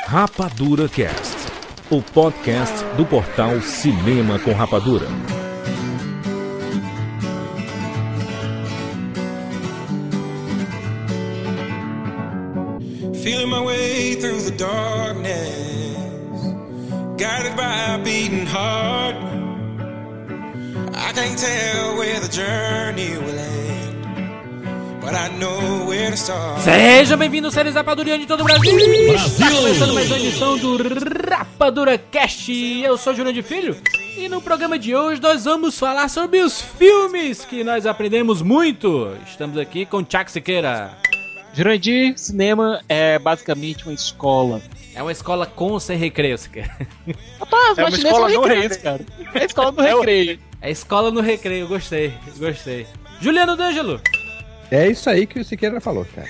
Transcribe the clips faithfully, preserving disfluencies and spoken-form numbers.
Rapadura Cast, o podcast do portal Cinema com Rapadura. Feeling my way through the darkness, guided by a beating heart. I can't tell where the journey will end, but I know where to start. Sejam bem-vindos, seres rapadurianos de todo o Brasil. Brasil! Está começando mais uma edição do Rapadura Cast. Eu sou Júnior de Filho e no programa de hoje nós vamos falar sobre os filmes que nós aprendemos muito. Estamos aqui com Thiago Siqueira. Jurandir, cinema é basicamente uma escola. É uma escola com ou sem recreio, Siqueira? Rapaz, é uma escola no recreio, cara. É a escola no recreio. É escola no recreio, gostei, gostei. Juliano D'Angelo. É isso aí que o Siqueira falou, cara.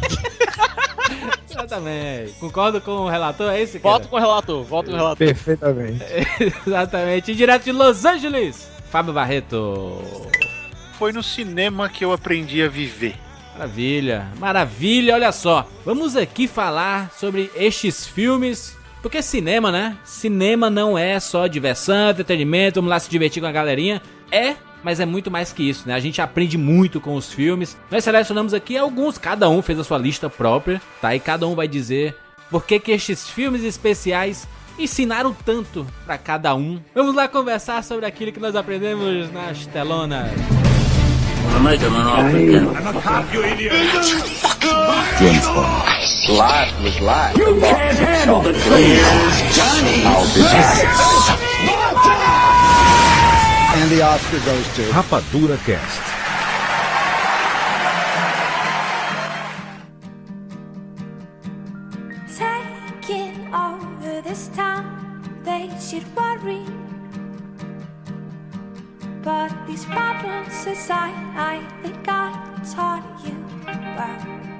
Exatamente. Concordo com o relator, é isso, Siqueira? Voto com o relator, voto com o relator. Perfeitamente. Exatamente. E direto de Los Angeles, Fábio Barreto. Foi no cinema que eu aprendi a viver. Maravilha, maravilha, olha só. Vamos aqui falar sobre estes filmes, porque cinema, né? Cinema não é só diversão, entretenimento, vamos lá se divertir com a galerinha. É, mas é muito mais que isso, né? A gente aprende muito com os filmes. Nós selecionamos aqui alguns, cada um fez a sua lista própria, tá? E cada um vai dizer por que que estes filmes especiais ensinaram tanto pra cada um. Vamos lá conversar sobre aquilo que nós aprendemos nas telonas. I'm a cop, you idiot! James Bond. Life was life. You can't handle the truth, Johnny! I'll be back. And the Oscar goes to Rapadura Cast. Taking over this town, they should worry. But these problems aside, I think I taught you well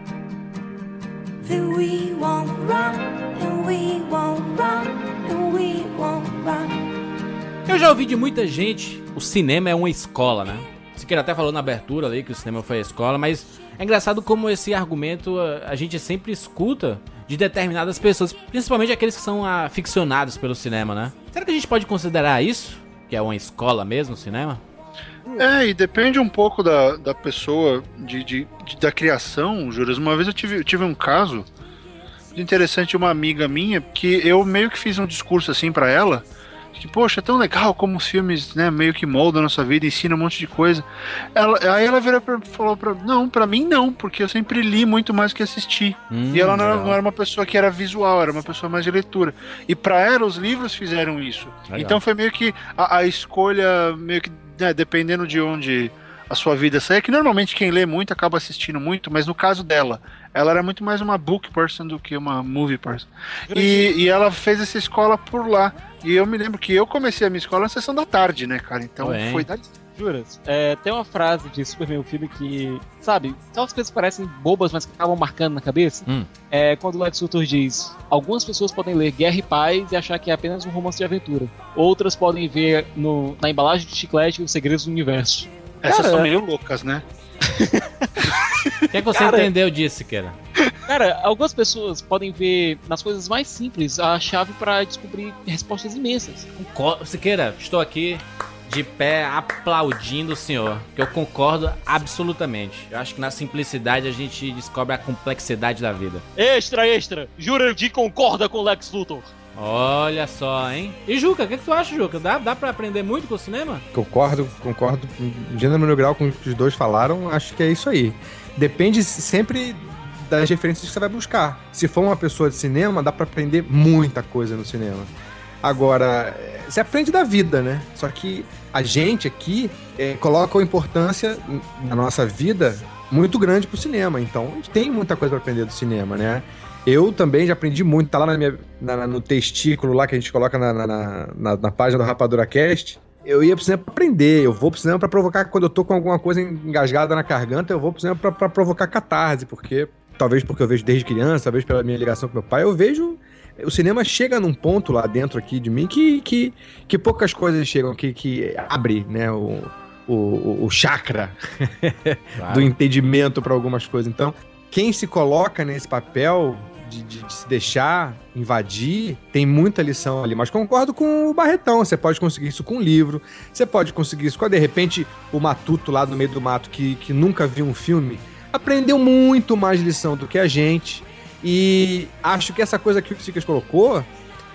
that we won't run, and we won't run, and we won't run. Eu já ouvi de muita gente, o cinema é uma escola, né? Siqueira até falou na abertura ali que o cinema foi a escola, mas é engraçado como esse argumento a gente sempre escuta de determinadas pessoas, principalmente aqueles que são aficionados pelo cinema, né? Será que a gente pode considerar isso? Que é uma escola mesmo, o cinema? É, e depende um pouco da, da pessoa, de, de, de, da criação, Juras. Uma vez eu tive, eu tive um caso interessante de uma amiga minha, que eu meio que fiz um discurso assim pra ela, que, poxa, é tão legal como os filmes, né, meio que moldam a nossa vida, ensinam um monte de coisa. Ela, aí ela virou pra, falou pra não, pra mim não, porque eu sempre li muito mais que assisti. Hum, e ela não era, não era uma pessoa que era visual, era uma pessoa mais de leitura. E pra ela, os livros fizeram isso. Legal. Então foi meio que a, a escolha, meio que, né, dependendo de onde a sua vida sai, é que normalmente quem lê muito acaba assistindo muito, mas no caso dela, ela era muito mais uma book person do que uma movie person. E, e ela fez essa escola por lá. E eu me lembro que eu comecei a minha escola na sessão da tarde, né, cara? Então Bem. foi da... Juras, é, tem uma frase de Superman, o filme que, sabe, só as coisas parecem bobas, mas que acabam marcando na cabeça. Hum. É quando o Lex Luthor diz: algumas pessoas podem ler Guerra e Paz e achar que é apenas um romance de aventura. Outras podem ver no, na embalagem de chiclete os segredos do universo. Essas Cara, são meio loucas, né? O que é que você cara, entendeu disso, Siqueira? Cara, algumas pessoas podem ver nas coisas mais simples a chave pra descobrir respostas imensas. Concordo, Siqueira, estou aqui de pé aplaudindo o senhor, que eu concordo absolutamente. Eu acho que na simplicidade a gente descobre a complexidade da vida. Extra, extra! Jurandir concorda com Lex Luthor. Olha só, hein? E Juca, o que, que tu acha, Juca? Dá, dá pra aprender muito com o cinema? Concordo, concordo. Gênero no grau com o que os dois falaram, acho que é isso aí. Depende sempre das referências que você vai buscar. Se for uma pessoa de cinema, dá pra aprender muita coisa no cinema. Agora, você aprende da vida, né? Só que a gente aqui é, coloca uma importância na nossa vida muito grande pro cinema. Então, a gente tem muita coisa pra aprender do cinema, né? Eu também já aprendi muito, tá lá na minha, na, no testículo lá que a gente coloca na, na, na, na página do Rapadura Cast. Eu ia pro cinema pra aprender, eu vou pro cinema pra provocar, quando eu tô com alguma coisa engasgada na garganta, eu vou pro cinema pra, pra provocar catarse, porque, talvez porque eu vejo desde criança, talvez pela minha ligação com meu pai, eu vejo, o cinema chega num ponto lá dentro aqui de mim que, que, que poucas coisas chegam, que, que abre, né, o, o, o chakra claro. do entendimento pra algumas coisas. Então, quem se coloca nesse papel de, de, de se deixar invadir, tem muita lição ali. Mas concordo com o Barretão, você pode conseguir isso com um livro, você pode conseguir isso com, de repente, o Matuto lá no meio do mato, que, que nunca viu um filme, aprendeu muito mais lição do que a gente. E acho que essa coisa que o Sicas colocou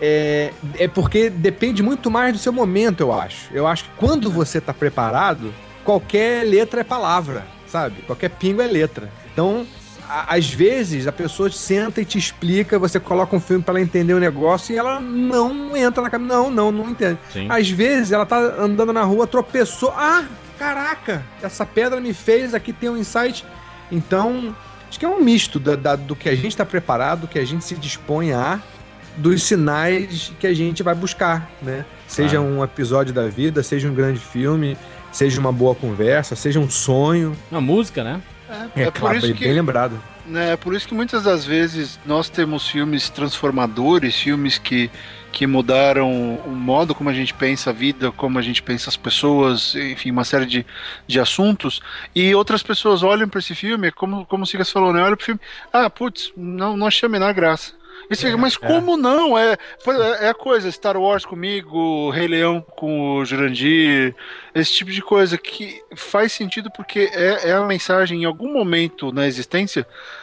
é, é porque depende muito mais do seu momento, eu acho. Eu acho que quando você tá preparado, qualquer letra é palavra, sabe? Qualquer pingo é letra. Então, a, às vezes, a pessoa senta e te explica, você coloca um filme pra ela entender o negócio e ela não entra na cabeça. Não, não, não entende. Sim. Às vezes, ela tá andando na rua, tropeçou. Ah, caraca, essa pedra me fez, aqui tem um insight. Então, acho que é um misto da, da, do que a gente tá preparado, do que a gente se dispõe a, dos sinais que a gente vai buscar, né? Seja ah. um episódio da vida, seja um grande filme, seja uma boa conversa, seja um sonho. Uma música, né? É, é, é claro, por isso bem, que, bem lembrado. Né, é por isso que muitas das vezes nós temos filmes transformadores, filmes que, que mudaram o modo como a gente pensa a vida, como a gente pensa as pessoas, enfim, uma série de, de assuntos, e outras pessoas olham para esse filme, como, como o Sigas falou, né? Olha pro filme, ah, putz, não, não achei a menor graça. E você fica, mas como é. não? É, é a coisa, Star Wars comigo, Rei Leão com o Jurandir, esse tipo de coisa que faz sentido porque é, é a mensagem, em algum momento na existência,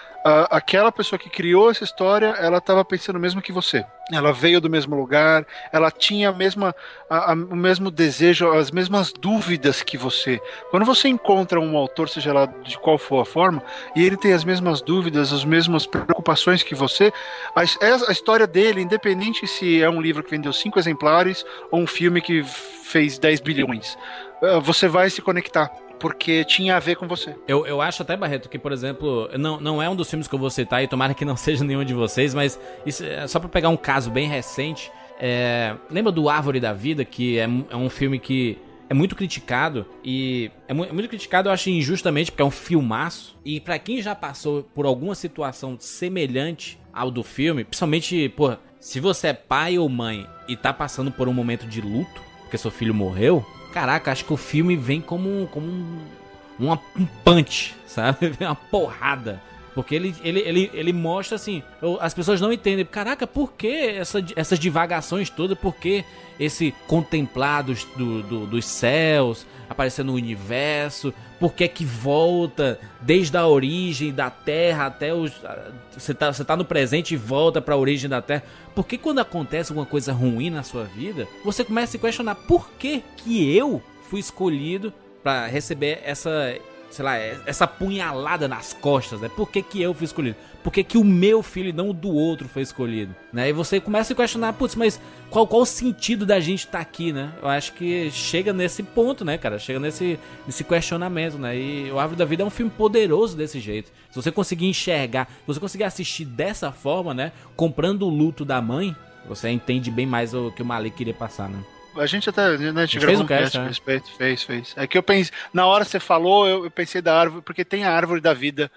a, aquela pessoa que criou essa história, ela estava pensando o mesmo que você. Ela veio do mesmo lugar, ela tinha a mesma, a, a, o mesmo desejo, as mesmas dúvidas que você. Quando você encontra um autor, seja lá de qual for a forma, e ele tem as mesmas dúvidas, as mesmas preocupações que você, a, a história dele, independente se é um livro que vendeu cinco exemplares ou um filme que fez dez bilhões, você vai se conectar. Porque tinha a ver com você. Eu, eu acho até, Barreto, que, por exemplo, não, não é um dos filmes que eu vou citar, e tomara que não seja nenhum de vocês, mas isso, só pra pegar um caso bem recente, é, lembra do Árvore da Vida, que é, é um filme que é muito criticado, e é, mu- é muito criticado, eu acho, injustamente, porque é um filmaço, e pra quem já passou por alguma situação semelhante ao do filme, principalmente, pô, se você é pai ou mãe e tá passando por um momento de luto, porque seu filho morreu, caraca, acho que o filme vem como, como um, uma, um punch, sabe? Vem uma porrada. Porque ele, ele, ele, ele mostra assim, as pessoas não entendem. Caraca, por que essa, essas divagações todas? Por que esse contemplar dos, do, do, dos céus, aparecendo no universo? Por que que volta desde a origem da Terra até os... Você tá, você tá no presente e volta pra origem da Terra. Por que quando acontece alguma coisa ruim na sua vida, você começa a se questionar por que que eu fui escolhido pra receber essa... sei lá, essa punhalada nas costas, né? Por que que eu fui escolhido? Por que que o meu filho e não o do outro foi escolhido? Né? E você começa a se questionar, putz, mas qual, qual o sentido da gente estar tá aqui, né? Eu acho que chega nesse ponto, né, cara? Chega nesse, nesse questionamento, né? E o Árvore da Vida é um filme poderoso desse jeito. Se você conseguir enxergar, se você conseguir assistir dessa forma, né? Comprando o luto da mãe, você entende bem mais o que o Malik queria passar, né? A gente até, né, a gente fez gravou um cast, né? respeito, fez, fez. É que eu pensei, na hora que você falou, eu, eu pensei da árvore, porque tem a árvore da vida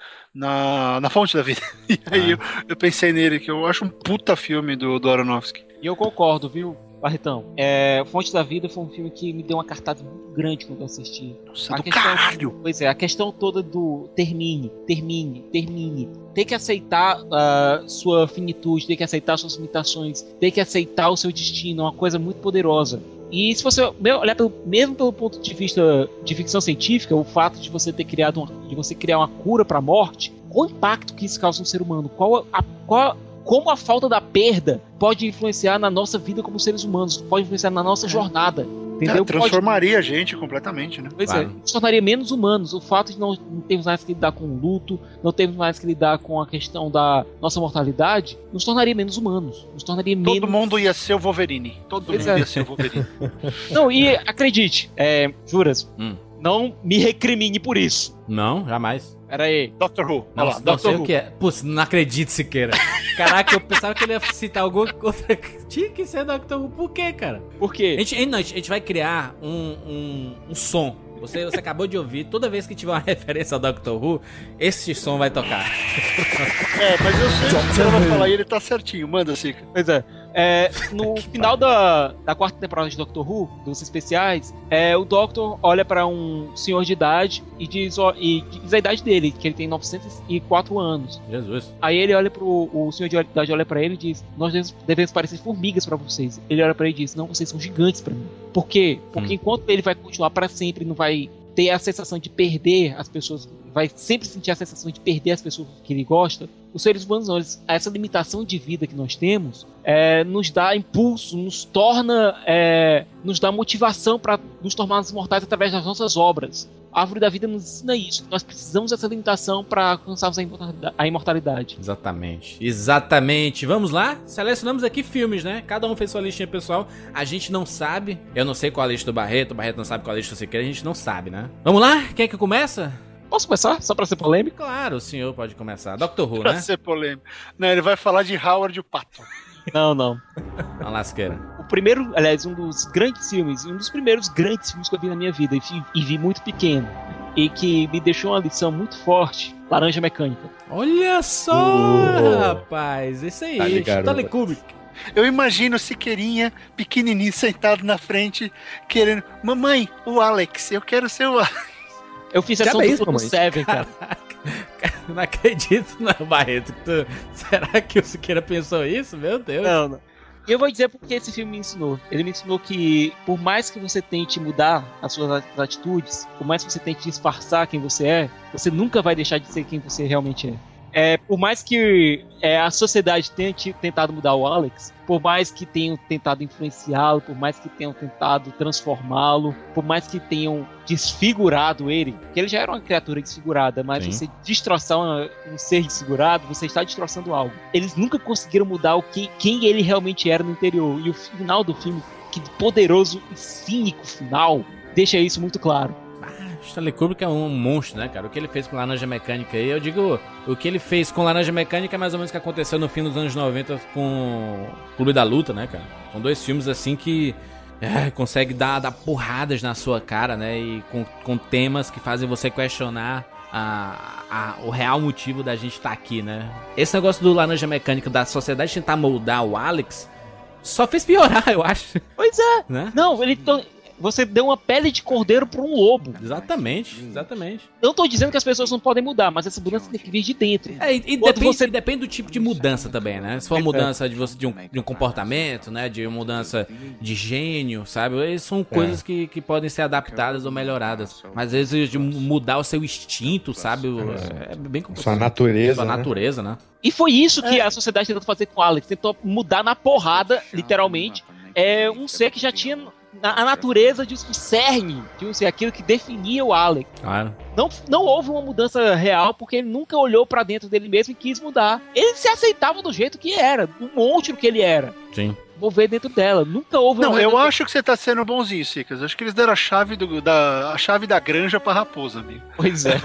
na, na fonte da vida. E aí ah. eu, eu pensei nele, que eu acho um puta filme do, do Aronofsky. E eu concordo, viu, Barretão? É, Fonte da Vida foi um filme que me deu uma cartada muito grande quando eu assisti. Nossa, a do questão, caralho! Pois é, a questão toda do termine, termine, termine. Ter que aceitar uh, sua finitude, ter que aceitar suas limitações, ter que aceitar o seu destino, é uma coisa muito poderosa. E se você olhar pelo, mesmo pelo ponto de vista de ficção científica, o fato de você ter criado uma, de você criar uma cura para a morte, qual o impacto que isso causa no ser humano? Qual a, qual, como a falta da perda pode influenciar na nossa vida como seres humanos, pode influenciar na nossa jornada? Entendeu? É, transformaria pode... a gente completamente, né? Pois claro. é, nos tornaria menos humanos. O fato de não, não termos mais que lidar com o luto, não termos mais que lidar com a questão da nossa mortalidade, nos tornaria menos humanos. Nos tornaria Todo menos... mundo ia ser o Wolverine. Todo pois mundo é. ia ser o Wolverine. Não, e acredite, é, Juras, hum. não me recrimine por isso. Não, jamais. Pera aí. Doctor Who. Não, Olha lá, não Doctor sei Who. o que é. Putz, não acredito, Siqueira. Caraca, eu pensava que ele ia citar alguma outra... Tinha que ser Doctor Who. Por quê, cara? Por quê? A gente, não, a gente vai criar um, um, um som. Você, você acabou de ouvir. Toda vez que tiver uma referência ao Doctor Who, esse som vai tocar. É, mas eu sei que você vai falar e ele tá certinho. Manda, Sica. Pois é. É, no final da, da quarta temporada de Doctor Who, dos especiais, é, o Doctor olha pra um senhor de idade e diz, ó, e diz a idade dele, que ele tem novecentos e quatro anos. Jesus. Aí ele olha pro o senhor de idade olha pra ele e diz: nós devemos, devemos parecer formigas pra vocês. Ele olha pra ele e diz: não, vocês são gigantes pra mim. Por quê? Porque hum. enquanto ele vai continuar pra sempre, não vai ter a sensação de perder as pessoas, vai sempre sentir a sensação de perder as pessoas que ele gosta. Os seres humanos, nós, essa limitação de vida que nós temos, é, nos dá impulso, nos torna, é, nos dá motivação para nos tornarmos mortais através das nossas obras. A árvore da vida nos ensina isso. Nós precisamos dessa limitação para alcançarmos a imortalidade, a imortalidade. Exatamente. Exatamente. Vamos lá? Selecionamos aqui filmes, né? Cada um fez sua listinha pessoal. A gente não sabe. Eu não sei qual a lista do Barreto. O Barreto não sabe qual a lista do Siqueira. A gente não sabe, né? Vamos lá? Quem é que começa? Posso começar? Só pra ser polêmico? Claro, o senhor pode começar. Doctor Who, pra né? Pra ser polêmico. Não, ele vai falar de Howard o Pato. Não, não. Uma lasqueira. O primeiro, aliás, um dos grandes filmes, um dos primeiros grandes filmes que eu vi na minha vida, e vi, e vi muito pequeno, e que me deixou uma lição muito forte, Laranja Mecânica. Olha só, uh, rapaz. Isso aí, tá Stanley Kubrick. Eu imagino o Siqueirinha, pequenininho, sentado na frente, querendo... Mamãe, o Alex, eu quero ser o Alex. Eu fiz essa dupla do Seven, cara. Cara, não acredito não, Barreto. Tu... Será que o Siqueira pensou isso? Meu Deus. Não, não. Eu vou dizer porque esse filme me ensinou. Ele me ensinou que, por mais que você tente mudar as suas atitudes, por mais que você tente disfarçar quem você é, você nunca vai deixar de ser quem você realmente é. É, por mais que é, a sociedade tenha tentado mudar o Alex, por mais que tenham tentado influenciá-lo, por mais que tenham tentado transformá-lo, por mais que tenham desfigurado ele, porque ele já era uma criatura desfigurada, mas Sim. você destroçar um, um ser desfigurado, você está destroçando algo. Eles nunca conseguiram mudar o que, quem ele realmente era no interior. E o final do filme, que poderoso e cínico final, deixa isso muito claro. Stanley Kubrick é um monstro, né, cara? O que ele fez com Laranja Mecânica aí, eu digo, o que ele fez com Laranja Mecânica é mais ou menos o que aconteceu no fim dos anos noventa com Clube da Luta, né, cara? São dois filmes assim que é, consegue dar, dar porradas na sua cara, né? E com, com temas que fazem você questionar a, a, o real motivo da gente estar aqui, né? Esse negócio do Laranja Mecânica, da sociedade tentar moldar o Alex, só fez piorar, eu acho. Pois é. Né? Não, ele... Tô... Você deu uma pele de cordeiro pra um lobo. Exatamente, exatamente. Eu tô dizendo que as pessoas não podem mudar, mas essa mudança tem que vir de dentro. É, e, e, depende, você... e depende do tipo de mudança também, né? Se for uma mudança de, você, de, um, de um comportamento, né? De uma mudança de gênio, sabe? São coisas é. que, que podem ser adaptadas ou melhoradas. Mas às vezes de mudar o seu instinto, sabe? É bem complicado. Sua natureza, Sua né? natureza, né? E foi isso que é. a sociedade tentou fazer com o Alex. Tentou mudar na porrada, literalmente, é um ser que já tinha... a natureza de um cerne, de um ser aquilo que definia o Alex. Claro. Não, não houve uma mudança real porque ele nunca olhou pra dentro dele mesmo e quis mudar. Ele se aceitava do jeito que era, do monstro que ele era. Sim. Vou ver dentro dela. Nunca houve Não, uma... eu acho que você tá sendo bonzinho, Sicas. Acho que eles deram a chave, do, da, a chave da granja pra raposa, amigo. Pois é.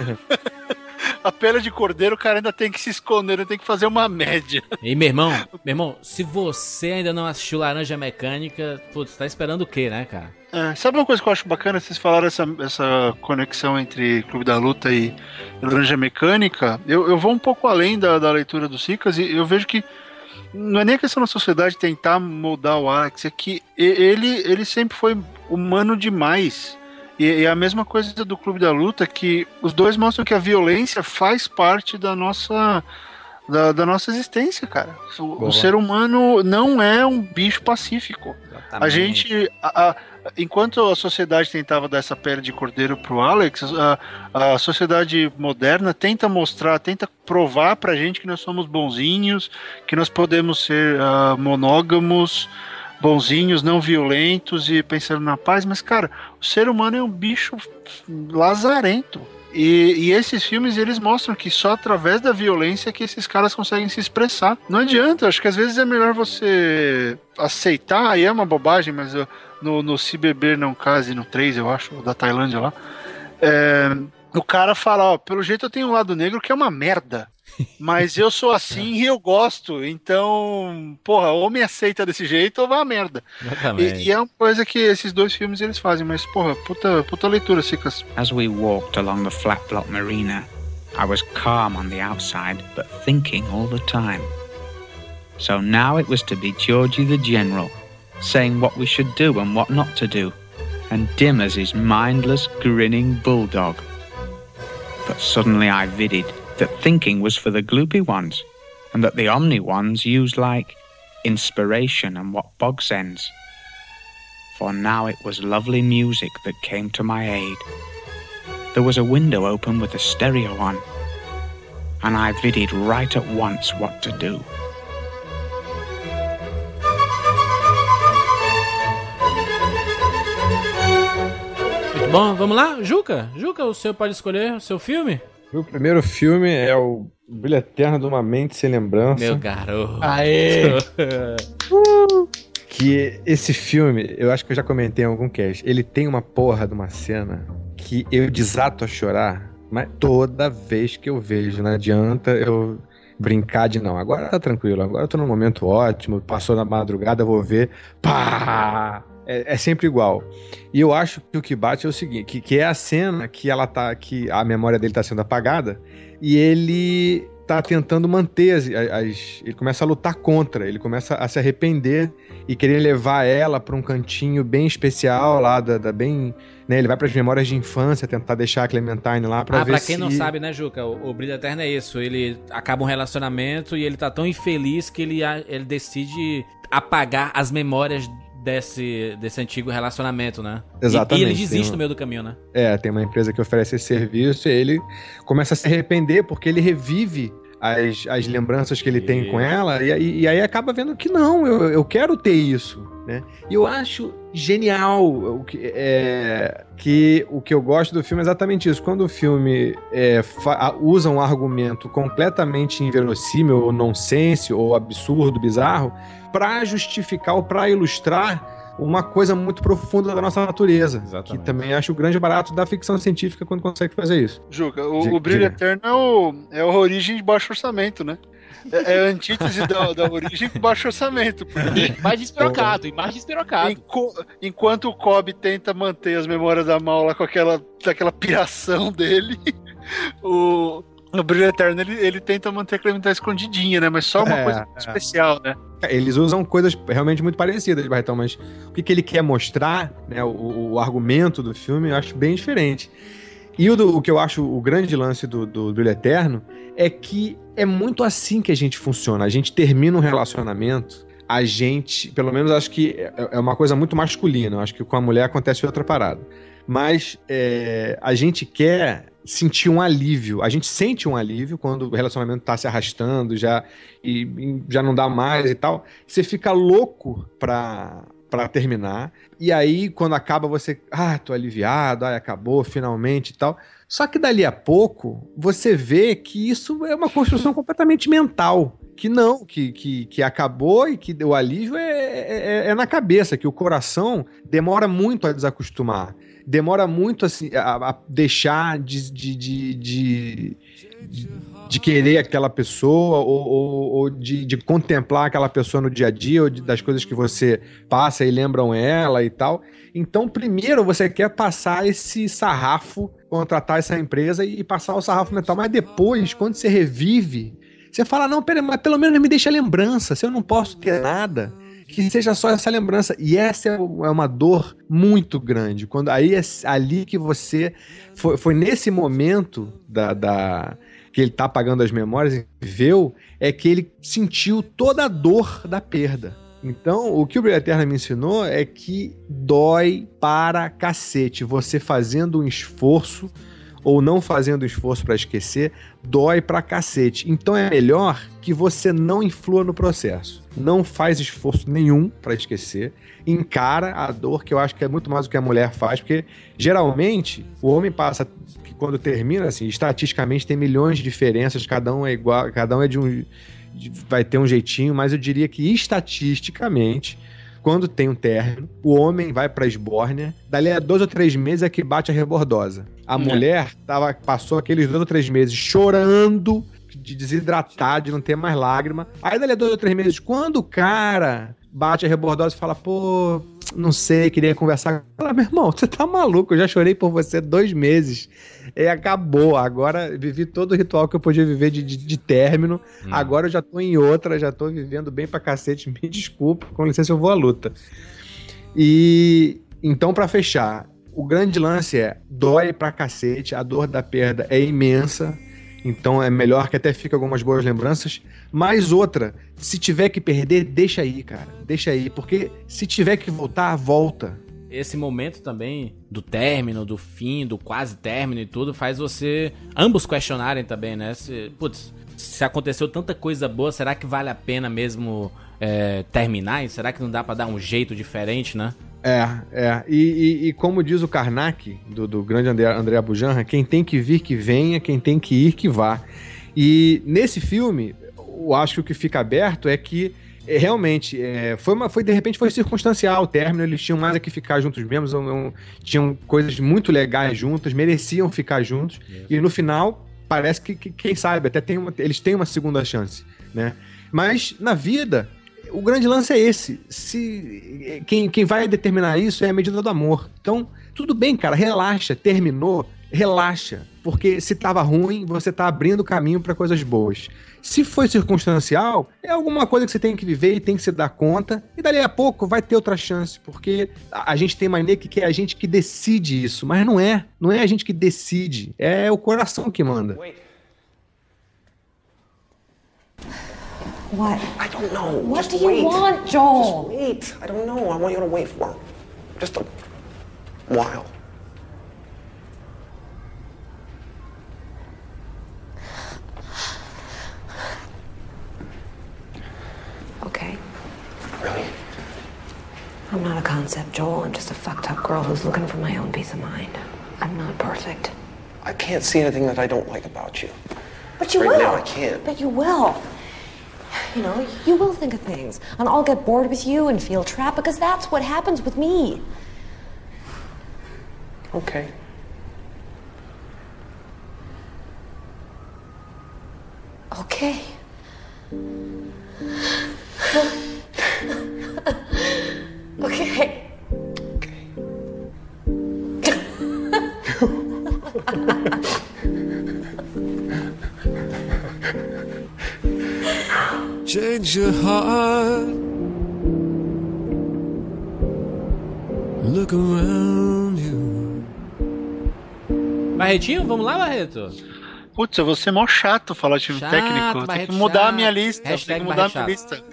A pele de cordeiro, o cara ainda tem que se esconder, ele tem que fazer uma média. E meu irmão, meu irmão, se você ainda não assistiu Laranja Mecânica, putz, tá esperando o quê, né, cara? É, sabe uma coisa que eu acho bacana? Vocês falaram essa, essa conexão entre Clube da Luta e Laranja Mecânica. Eu, eu vou um pouco além da, da leitura do Sicas e eu vejo que não é nem a questão da sociedade tentar moldar o Alex, é que ele, ele sempre foi humano demais. E é a mesma coisa do Clube da Luta, que os dois mostram que a violência faz parte da nossa, da, da nossa existência, cara. O, o ser humano não é um bicho pacífico. Exatamente. A gente, a, a, enquanto a sociedade tentava dar essa pele de cordeiro pro Alex, a, a sociedade moderna tenta mostrar, tenta provar pra gente que nós somos bonzinhos, que nós podemos ser uh, monógamos, bonzinhos, não violentos e pensando na paz, mas cara, o ser humano é um bicho lazarento. E, e esses filmes, eles mostram que só através da violência que esses caras conseguem se expressar. Não adianta, acho que às vezes é melhor você aceitar, aí é uma bobagem, mas eu, no, no Se Beber Não Case, no três, eu acho, da Tailândia lá, é, o cara fala, ó, pelo jeito eu tenho um lado negro que é uma merda. Mas eu sou assim e eu gosto. Então, porra, ou me aceita desse jeito ou vai a merda. E, e é uma coisa que esses dois filmes eles fazem. Mas, porra, puta, puta leitura, Sicas. As we walked along the flat block marina, I was calm on the outside, but thinking all the time. So now it was to be Georgie the General, saying what we should do and what not to do, and dim as his mindless, grinning bulldog. But suddenly I vidded that thinking was for the gloopy ones, and that the omni ones used like inspiration and what bog sends. For now it was lovely music that came to my aid. There was a window open with a stereo on, and I vidded right at once what to do. Muito bom, vamos lá? Juca? Juca, o senhor pode escolher o seu filme? O primeiro filme é o Brilho Eterno de uma Mente Sem Lembrança. Meu garoto. Aê! uh, que esse filme, eu acho que eu já comentei em algum cast, ele tem uma porra de uma cena que eu desato a chorar, mas toda vez que eu vejo, não adianta eu brincar de não, agora tá tranquilo, agora eu tô num momento ótimo, passou na madrugada, eu vou ver, pá! É, é sempre igual. E eu acho que o que bate é o seguinte, que, que é a cena que ela tá, que a memória dele tá sendo apagada e ele tá tentando manter as, as, ele começa a lutar contra, ele começa a se arrepender e querer levar ela pra um cantinho bem especial lá, da, da bem, né, ele vai pras memórias de infância, tentar deixar a Clementine lá pra ah, ver pra se... quem não sabe, né, Juca, o, o Brilho Eterno é isso, ele acaba um relacionamento e ele tá tão infeliz que ele, ele decide apagar as memórias Desse, desse antigo relacionamento, né? Exatamente. E, e ele desiste um... no meio do caminho, né? É, tem uma empresa que oferece esse serviço e ele começa a se arrepender porque ele revive as, as lembranças que ele e... tem com ela e, e aí acaba vendo que não, eu, eu quero ter isso, né? E eu acho genial o que, é, que o que eu gosto do filme é exatamente isso. Quando o filme é, fa- usa um argumento completamente inverossímil ou nonsense ou absurdo, bizarro, para justificar ou para ilustrar uma coisa muito profunda da nossa natureza. Exatamente. Que também acho o grande barato da ficção científica quando consegue fazer isso. Juca, o, Diga, o Brilho diga. Eterno é, o, é a origem de baixo orçamento, né? É, é a antítese da, da origem com baixo orçamento. Porque... Mais despirocado, e mais despirocado. Enqu- enquanto o Cobb tenta manter as memórias da Mal lá com aquela, aquela piração dele, o... O Brilho Eterno, ele, ele tenta manter a Clementine escondidinha, né? Mas só uma É, coisa é. especial, né? Eles usam coisas realmente muito parecidas, Barretão, mas o que, que ele quer mostrar, né, o, o argumento do filme, eu acho bem diferente. E o, do, o que eu acho o grande lance do, do Brilho Eterno é que é muito assim que a gente funciona. A gente termina um relacionamento, a gente, pelo menos acho que é, é uma coisa muito masculina, eu acho que com a mulher acontece outra parada. Mas é, a gente quer sentir um alívio, a gente sente um alívio quando o relacionamento tá se arrastando já, e, e já não dá mais e tal, você fica louco pra, pra terminar, e aí quando acaba você, ah, tô aliviado, ah, acabou finalmente e tal, só que dali a pouco você vê que isso é uma construção completamente mental, que não, que, que, que acabou e que o alívio é, é, é na cabeça, que o coração demora muito a desacostumar, demora muito assim, a, a deixar de, de, de, de, de, de querer aquela pessoa ou, ou, ou de, de contemplar aquela pessoa no dia a dia ou de, das coisas que você passa e lembram ela e tal. Então, primeiro você quer passar esse sarrafo, contratar essa empresa e passar o sarrafo mental, mas depois, quando você revive, você fala, não, pera, mas pelo menos me deixa a lembrança, se eu não posso ter nada, que seja só essa lembrança. E essa é uma dor muito grande. Quando, aí é ali que você... Foi, foi nesse momento da, da, que ele tá apagando as memórias e viveu, é que ele sentiu toda a dor da perda. Então, o que o Brilho Eterno me ensinou é que dói para cacete. Você fazendo um esforço ou não fazendo esforço para esquecer, dói pra cacete. Então é melhor que você não influa no processo. Não faz esforço nenhum para esquecer. Encara a dor, que eu acho que é muito mais do que a mulher faz, porque geralmente o homem passa, que quando termina, assim, estatisticamente tem milhões de diferenças, cada um é igual, cada um é de um, de, vai ter um jeitinho, mas eu diria que estatisticamente, quando tem um término, o homem vai pra esbórnia, dali a dois ou três meses é que bate a rebordosa. A é. mulher tava, passou aqueles dois ou três meses chorando, de desidratar, de não ter mais lágrima. Aí dali a dois ou três meses, quando o cara bate a rebordosa e fala, pô, não sei, queria conversar. Ela, meu irmão, você tá maluco, eu já chorei por você dois meses. E acabou, agora vivi todo o ritual que eu podia viver de, de, de término, hum. agora eu já tô em outra, já tô vivendo bem pra cacete, me desculpa, com licença eu vou à luta. E então, pra fechar, o grande lance é, dói pra cacete, a dor da perda é imensa, então é melhor que até fique algumas boas lembranças, mas outra, se tiver que perder, deixa aí, cara, deixa aí, porque se tiver que voltar, volta. Esse momento também do término, do fim, do quase término e tudo, faz você, ambos questionarem também, né? Se, putz, se aconteceu tanta coisa boa, será que vale a pena mesmo é, terminar? Será que não dá pra dar um jeito diferente, né? É, é. E, e, e como diz o Karnak, do, do grande André, André Bujanra, quem tem que vir que venha, quem tem que ir que vá. E nesse filme, eu acho que o que fica aberto é que É, realmente, é, foi, uma, foi de repente foi circunstancial o término, eles tinham mais a que ficar juntos mesmos, um, um, tinham coisas muito legais juntos, mereciam ficar juntos, yes. E no final, parece que, que quem sabe, até tem uma, eles têm uma segunda chance, né? Mas, na vida, o grande lance é esse, se, quem, quem vai determinar isso é a medida do amor. Então, tudo bem, cara, relaxa, terminou, relaxa, porque se tava ruim, você tá abrindo caminho para coisas boas. Se foi circunstancial, é alguma coisa que você tem que viver e tem que se dar conta, e dali a pouco vai ter outra chance, porque a gente tem mania que é a gente que decide isso, mas não é, não é a gente que decide, é o coração que manda. Wait. What? I don't know. What Just do you wait. want, Joel? Just wait. I don't know. I want you to wait for just a while. Okay. Really? I'm not a concept, Joel. I'm just a fucked up girl who's looking for my own peace of mind. I'm not perfect. I can't see anything that I don't like about you. But you right will. Now I can't. But you will. You know, you will think of things. And I'll get bored with you and feel trapped because that's what happens with me. Okay. Okay. Okay. Change your heart. Look around you. Barretinho, vamos lá, Barreto? Putz, eu vou ser mó chato falar de time chato, técnico. Tem que mudar chato. a minha lista. Hashtag tem que mudar a minha lista.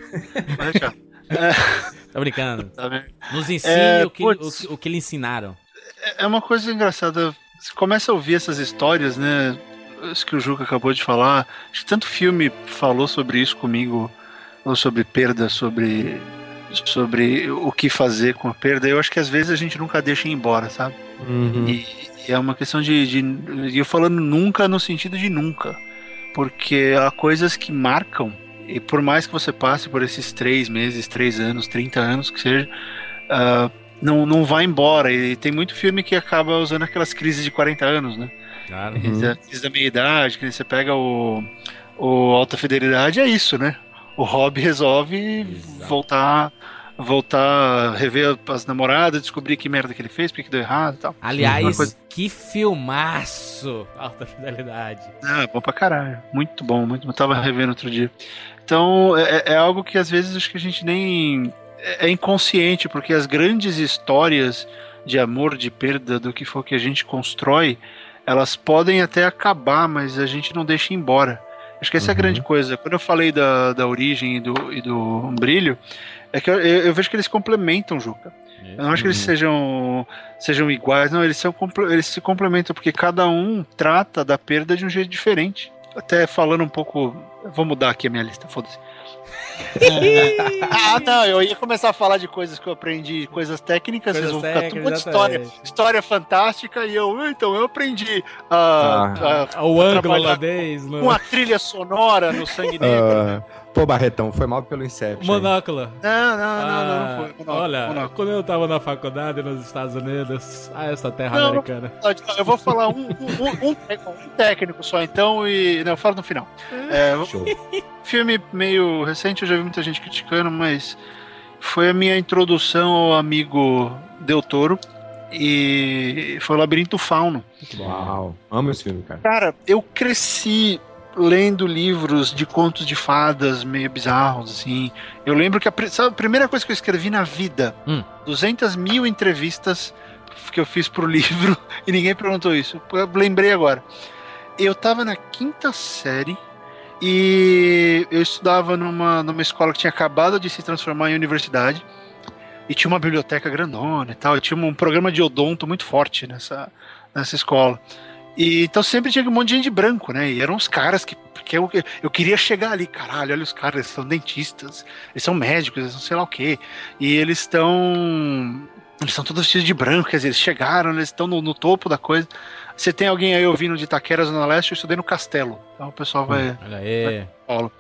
é. Tá brincando. Tá Nos ensine é, o, que, o, o que lhe ensinaram. É uma coisa engraçada. Você começa a ouvir essas histórias, né? Isso que o Juca acabou de falar. Acho que tanto filme falou sobre isso comigo, ou sobre perda, sobre, sobre o que fazer com a perda. Eu acho que às vezes a gente nunca deixa ir embora, sabe? Uhum. E, e é uma questão de, de... E eu falando nunca no sentido de nunca. Porque há coisas que marcam, e por mais que você passe por esses três meses, três anos, trinta anos, que seja, uh, não, não vai embora. E tem muito filme que acaba usando aquelas crises de quarenta anos, né? Claro. Uhum. Crise da meia idade, que você pega o, o Alta Fidelidade, é isso, né? O Rob resolve Exato. voltar voltar, rever as namoradas, descobrir que merda que ele fez, porque que deu errado e tal. Aliás, coisa... que filmaço! Alta Fidelidade. Ah, bom pra caralho. Muito bom, muito bom. Eu tava revendo outro dia. Então, é, é algo que às vezes acho que a gente nem... É inconsciente, porque as grandes histórias de amor, de perda, do que for que a gente constrói, elas podem até acabar, mas a gente não deixa ir embora. Acho que essa uhum. é a grande coisa. Quando eu falei da, da origem e do, e do brilho, é que eu, eu, eu vejo que eles complementam, Juca. Isso. Eu não acho que eles sejam, sejam iguais, não, eles, são, eles se complementam, porque cada um trata da perda de um jeito diferente. Até falando um pouco... Vou mudar aqui a minha lista, foda-se. ah, não, eu ia começar a falar de coisas que eu aprendi, coisas técnicas, coisas vocês vão ficar tudo história, história fantástica, e eu, então, eu aprendi a, ah, a, a, o ângulo holandês, com uma trilha sonora no Sangue Negro. Uh, pô, Barretão, foi mal pelo Inception. Monóculo. Não, não, não, ah, não, não foi. Monóculo, olha, monóculo. Quando eu tava na faculdade nos Estados Unidos, ah, essa terra não, americana. Não, eu vou falar um, um, um, um técnico só, então, e não, eu falo no final. É, Show. Filme meio recente, eu já vi muita gente criticando, mas foi a minha introdução ao amigo Del Toro. E foi o Labirinto Fauno. Uau, amo esse filme, cara. Cara, eu cresci lendo livros de contos de fadas meio bizarros, assim. Eu lembro que a, sabe, a primeira coisa que eu escrevi na vida, hum. duzentas mil entrevistas que eu fiz pro livro, e ninguém perguntou isso. Eu lembrei agora. Eu tava na quinta série e eu estudava numa, numa escola que tinha acabado de se transformar em universidade. E tinha uma biblioteca grandona e tal. E tinha um programa de odonto muito forte nessa, nessa escola. E então sempre tinha um monte de gente de branco, né? E eram os caras que, que eu, eu queria chegar ali. Caralho, olha os caras, eles são dentistas, eles são médicos, eles são sei lá o quê. E eles estão... Eles estão todos vestidos de branco, quer dizer, eles chegaram, eles estão no, no topo da coisa. Você tem alguém aí ouvindo de Itaquera, Zona Leste, eu estudei no Castelo. Então o pessoal vai... Olha aí. Vai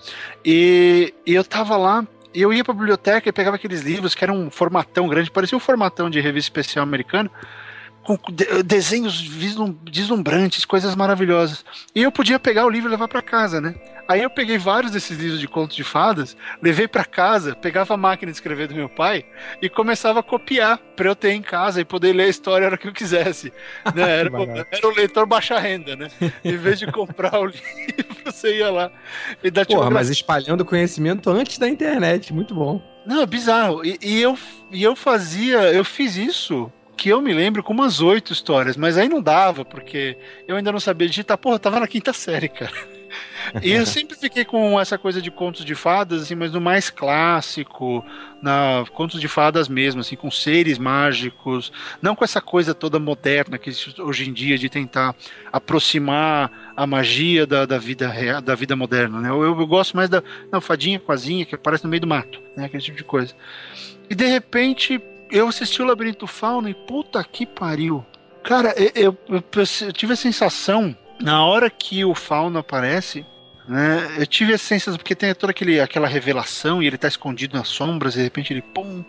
e, e eu tava lá... E eu ia pra biblioteca e pegava aqueles livros que eram um formatão grande, parecia um formatão de revista especial americana, com de desenhos deslumbrantes, coisas maravilhosas. E eu podia pegar o livro e levar pra casa, né? Aí eu peguei vários desses livros de contos de fadas, levei pra casa, pegava a máquina de escrever do meu pai e começava a copiar pra eu ter em casa e poder ler a história a hora que eu quisesse. Né? Era, era o leitor baixa renda, né? Em vez de comprar o livro, você ia lá e dar Porra, mas espalhando conhecimento antes da internet, muito bom. Não, é bizarro. E, e, eu, e eu fazia, eu fiz isso, que eu me lembro, com umas oito histórias, mas aí não dava, porque eu ainda não sabia digitar. Porra, eu tava na quinta série, cara. E eu sempre fiquei com essa coisa de contos de fadas, assim, mas no mais clássico, na contos de fadas mesmo, assim, com seres mágicos, não com essa coisa toda moderna que hoje em dia de tentar aproximar a magia da, da vida real, da vida moderna, né? Eu, eu gosto mais da não, fadinha com asinha que aparece no meio do mato, né? Aquele tipo de coisa. E de repente eu assisti o Labirinto Fauno e puta que pariu. Cara, eu, eu, eu, eu tive a sensação, na hora que o Fauno aparece, né, eu tive a sensação, porque tem toda aquele, aquela revelação e ele tá escondido nas sombras e de repente ele pum.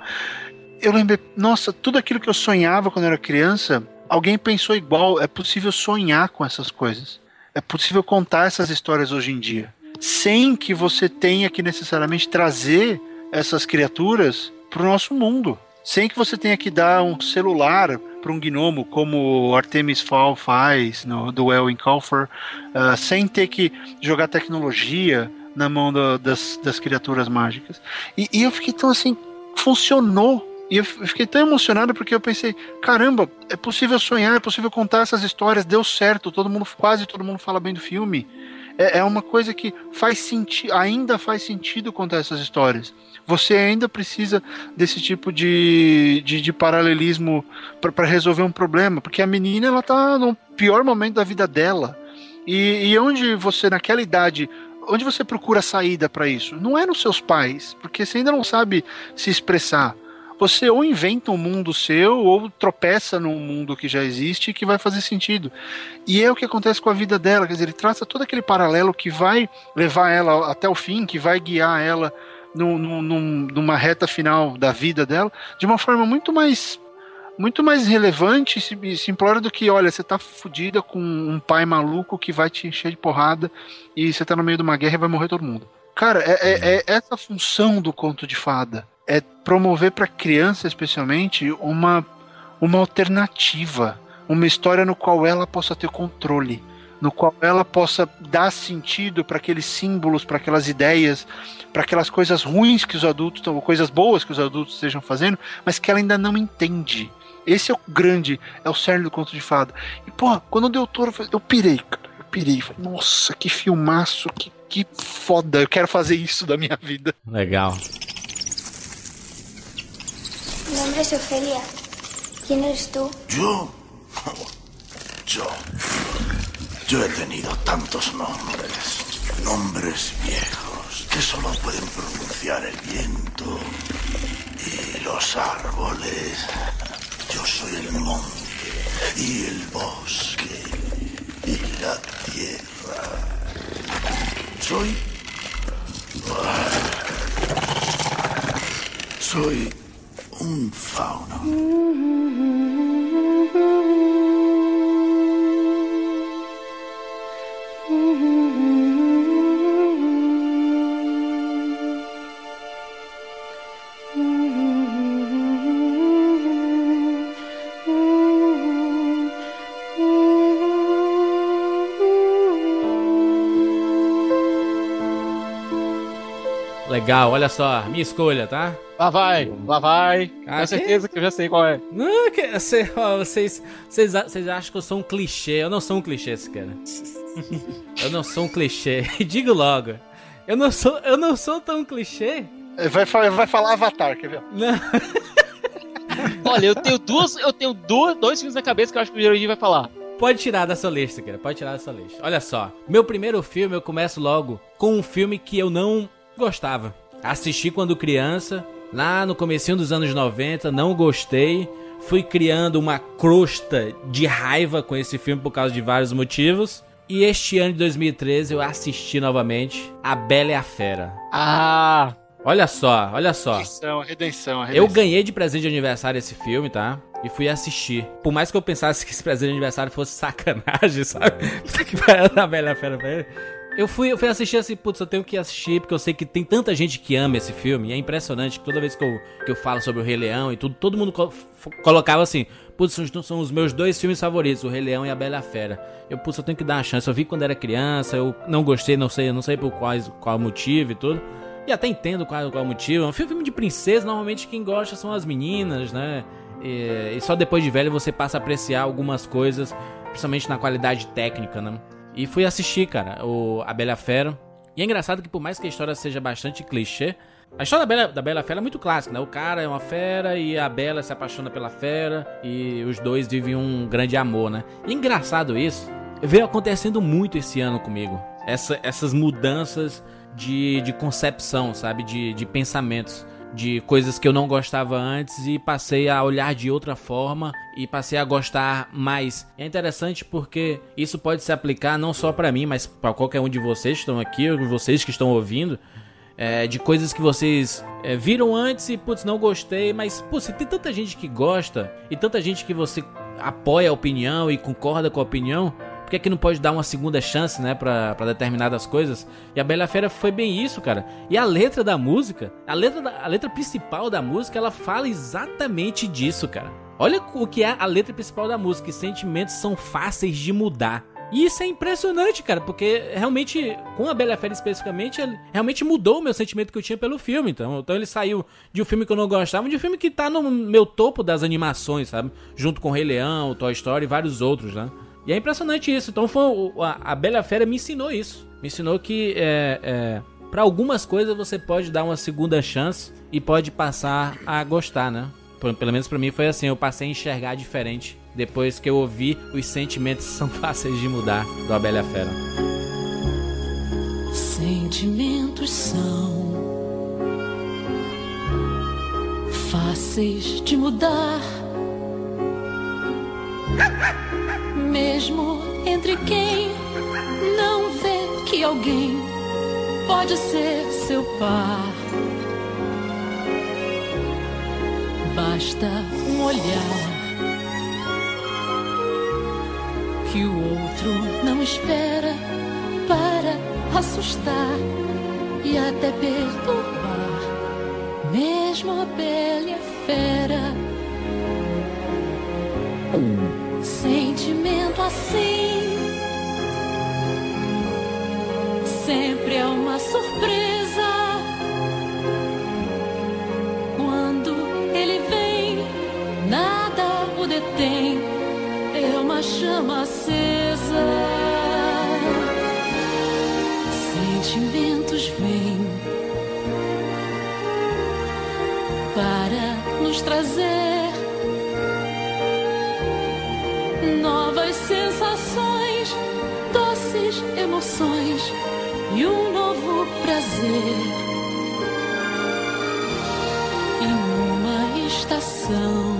Eu lembrei, nossa, tudo aquilo que eu sonhava quando eu era criança, alguém pensou igual. É possível sonhar com essas coisas. É possível contar essas histórias hoje em dia, sem que você tenha que necessariamente trazer essas criaturas pro nosso mundo. Sem que você tenha que dar um celular para um gnomo, como Artemis Fowl faz no Duel in Calfor, uh, sem ter que jogar tecnologia na mão do, das, das criaturas mágicas. E, e eu fiquei tão assim, funcionou. E eu fiquei tão emocionado porque eu pensei, caramba, é possível sonhar, é possível contar essas histórias, deu certo, todo mundo, quase todo mundo fala bem do filme. É, é uma coisa que faz sentido, ainda faz sentido contar essas histórias. Você ainda precisa desse tipo de, de, de paralelismo para resolver um problema, porque a menina ela tá no pior momento da vida dela. E, e onde você, naquela idade, onde você procura saída para isso? Não é nos seus pais, porque você ainda não sabe se expressar. Você ou inventa um mundo seu, ou tropeça num mundo que já existe que vai fazer sentido. E é o que acontece com a vida dela, quer dizer, ele traça todo aquele paralelo que vai levar ela até o fim, que vai guiar ela num, num, numa reta final da vida dela, de uma forma muito mais muito mais relevante e simplória do que, olha, você tá fodida com um pai maluco que vai te encher de porrada e você tá no meio de uma guerra e vai morrer todo mundo. Cara, é, é, é essa função do conto de fada. É promover para criança, especialmente, uma, uma alternativa. Uma história no qual ela possa ter controle. No qual ela possa dar sentido para aqueles símbolos, para aquelas ideias, para aquelas coisas ruins que os adultos, ou coisas boas que os adultos estejam fazendo, mas que ela ainda não entende. Esse é o grande, é o cerne do conto de fada. E, pô, quando deu Toro, eu pirei, cara. Eu pirei. Falei, nossa, que filmaço, que, que foda. Eu quero fazer isso da minha vida. Legal. Mi nombre es Ofelia. ¿Quién eres tú? ¿Yo? Yo. Yo he tenido tantos nombres. Nombres viejos que solo pueden pronunciar el viento y los árboles. Yo soy el monte y el bosque y la tierra. Soy... Soy un fauno. Mm-hmm. Legal, olha só, minha escolha, tá? Lá vai, lá vai. Ah, Tenho certeza que eu já sei qual é. Não, que, cê, ó, vocês, vocês, vocês acham que eu sou um clichê? Eu não sou um clichê, esse cara. Eu não sou um clichê. Digo logo. Eu não sou, eu não sou tão clichê. Vai, vai falar Avatar, quer ver? Não. Olha, eu tenho duas, eu tenho duas, dois filmes na cabeça que eu acho que o Jurandir vai falar. Pode tirar dessa lista, cara. Pode tirar dessa lista. Olha só. Meu primeiro filme, eu começo logo com um filme que eu não gostava. Assisti quando criança, lá no comecinho dos anos noventa, não gostei. Fui criando uma crosta de raiva com esse filme por causa de vários motivos. E este ano de dois mil e treze eu assisti novamente A Bela e a Fera. Ah! Olha só, olha só. Redenção, redenção, redenção. Eu ganhei de presente de aniversário esse filme, tá? E fui assistir. Por mais que eu pensasse que esse presente de aniversário fosse sacanagem, sabe? Que vai dar Bela Fera pra ele. Eu fui, eu fui assistir assim, putz, eu tenho que assistir, porque eu sei que tem tanta gente que ama esse filme. E é impressionante que toda vez que eu, que eu falo sobre o Rei Leão e tudo, todo mundo co- colocava assim, putz, são, são os meus dois filmes favoritos, o Rei Leão e a Bela Fera. Eu, putz, eu tenho que dar uma chance. Eu vi quando era criança, eu não gostei, não sei, não sei por quais, qual motivo e tudo. E até entendo qual, qual motivo. É um filme de princesa, normalmente quem gosta são as meninas, né? E, e só depois de velho você passa a apreciar algumas coisas, principalmente na qualidade técnica, né? E fui assistir, cara, o, a Bela Fera. E é engraçado que por mais que a história seja bastante clichê, a história da Bela, da Bela Fera é muito clássica, né? O cara é uma fera e a Bela se apaixona pela fera e os dois vivem um grande amor, né? E é engraçado isso. Veio acontecendo muito esse ano comigo. Essa, essas mudanças de, de concepção, sabe? De, de pensamentos. De coisas que eu não gostava antes e passei a olhar de outra forma e passei a gostar mais. É interessante porque isso pode se aplicar não só pra mim, mas pra qualquer um de vocês que estão aqui, ou vocês que estão ouvindo, é, de coisas que vocês é, viram antes e, putz, não gostei, mas, putz, se tem tanta gente que gosta e tanta gente que você apoia a opinião e concorda com a opinião, por que é que não pode dar uma segunda chance, né, pra, pra determinadas coisas? E a Bela Fera foi bem isso, cara. E a letra da música, a letra, da, a letra principal da música, ela fala exatamente disso, cara. Olha o que é a letra principal da música, que sentimentos são fáceis de mudar. E isso é impressionante, cara, porque realmente, com a Bela Fera especificamente, ele realmente mudou o meu sentimento que eu tinha pelo filme. Então, então ele saiu de um filme que eu não gostava, de um filme que tá no meu topo das animações, sabe? Junto com o Rei Leão, o Toy Story e vários outros, né? E é impressionante isso. Então foi, a, a Bela Fera me ensinou isso. Me ensinou que é, é, para algumas coisas você pode dar uma segunda chance e pode passar a gostar, né? Pelo menos pra mim foi assim, eu passei a enxergar diferente depois que eu ouvi Os Sentimentos São Fáceis de Mudar, do A Bela e a Fera. Sentimentos são fáceis de mudar, mesmo entre quem não vê que alguém pode ser seu par. Basta um olhar que o outro não espera para assustar e até perturbar, mesmo a bela e a fera. Sentimento assim sempre é uma surpresa. Quando ele vem, nada o detém, é uma chama acesa. Sentimentos vêm para nos trazer novas sensações, doces emoções e um novo prazer. E numa estação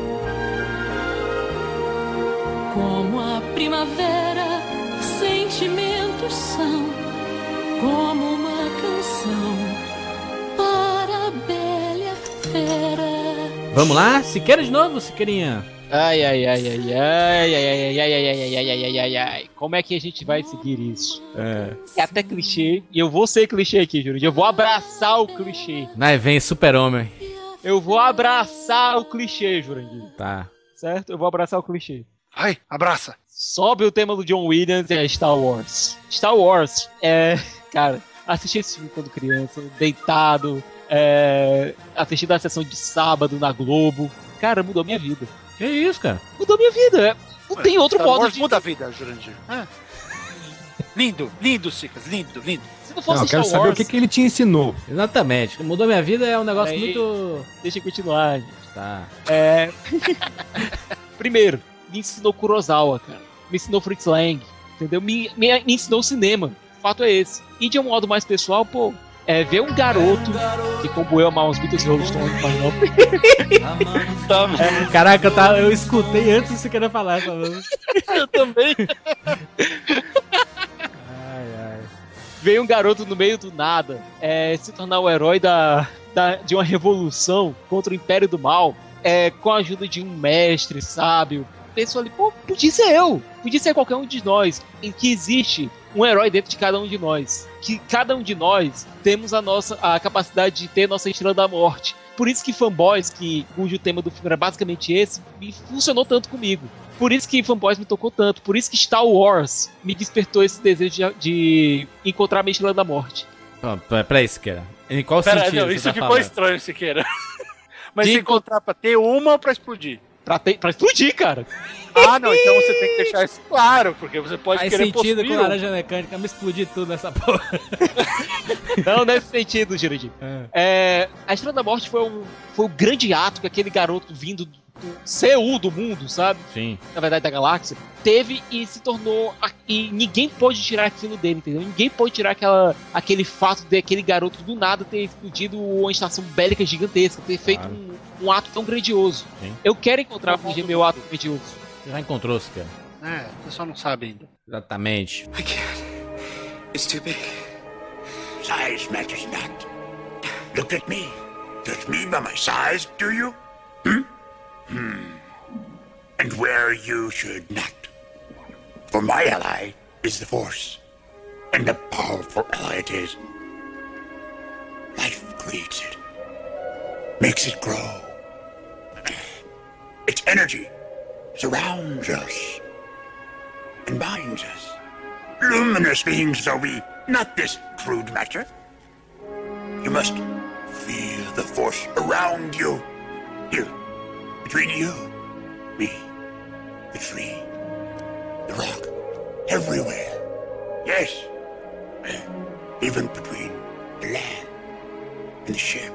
como a primavera, sentimentos são como uma canção para a Bela e a Fera. Vamos lá? Siqueira de novo, Siqueirinha? Ai, ai, ai, ai, ai, ai, ai, ai, ai, ai, ai, ai, ai, ai, ai. Como é que a gente vai seguir isso? É. É até clichê, e eu vou ser clichê aqui, Júlio. Eu vou abraçar o clichê. Vai, vem, Super-Homem. Eu vou abraçar o clichê, Jurandir. Tá. Certo? Eu vou abraçar o clichê. Vai, abraça. Sobe o tema do John Williams e é Star Wars. Star Wars é... Cara, assisti esse filme quando criança, deitado, é, assistindo a sessão de sábado na Globo. Cara, mudou minha vida. Que isso, cara? Mudou minha vida. Não Ué, tem outro Star modo Wars de... muda a vida, Jurandir. É. Lindo, lindo, Cicas, lindo, lindo. Se não fosse Não, eu quero Star saber Wars... o que, que ele te ensinou. Exatamente. Mudou minha vida é um negócio Aí, muito... Deixa eu continuar, gente. Tá. É... Primeiro, me ensinou Kurosawa, cara. Me ensinou Fritz Lang, entendeu? Me, me, me ensinou cinema. O fato é esse. E de um modo mais pessoal, pô, é ver um garoto que, como eu, amar os Beatles e Rolling Stones, mas não. É, caraca, eu, tava, eu escutei antes de você querer falar essa música. Eu também. Ai, ai. Veio um garoto no meio do nada é, se tornar o herói da, da, de uma revolução contra o Império do Mal, é, com a ajuda de um mestre sábio. Pensou ali, pô, podia ser eu, podia ser qualquer um de nós, em que existe um herói dentro de cada um de nós, que cada um de nós temos a nossa a capacidade de ter nossa estrela da morte. Por isso que Fanboys, que, cujo tema do filme era basicamente esse, me funcionou tanto comigo. Por isso que Fanboys me tocou tanto. Por isso que Star Wars me despertou esse desejo de, de encontrar a minha estrela da morte. Oh, peraí, Siqueira. Em qual Pera, sentido não, você isso tá ficou falando? estranho, Siqueira. Mas De- se encontrar pra ter uma ou pra explodir? Pra, ter, pra explodir, cara. Ah, não, então você tem que deixar isso claro, porque você pode Faz querer sentido possuir com um. laranja mecânica, me explodir tudo nessa porra. Não, nesse sentido, Jurandir. É, a Estrela da Morte foi, um, foi o grande ato que aquele garoto vindo do, do C U do mundo, sabe? Sim. Na verdade, da galáxia, teve e se tornou. a- E ninguém pode tirar aquilo dele, entendeu? Ninguém pode tirar aquela, aquele fato de aquele garoto do nada ter explodido uma estação bélica gigantesca, ter feito Claro. um, um ato tão grandioso. Sim. Eu quero encontrar com o meu ato grandioso. Você já encontrou, Siqueira? É, você só não sabe ainda. Exatamente. I can't. It's too big. Size matters not. Look at me. Judge me by my size, do you? Hmm? Hmm. And where you should not. For my ally is the Force. And a powerful ally it is. Life creates it. Makes it grow. Its energy surrounds us and binds us. Luminous beings are we, not this crude matter. You must feel the force around you. Here, between you, me, the tree, the rock, everywhere. Yes, even between the land and the ship.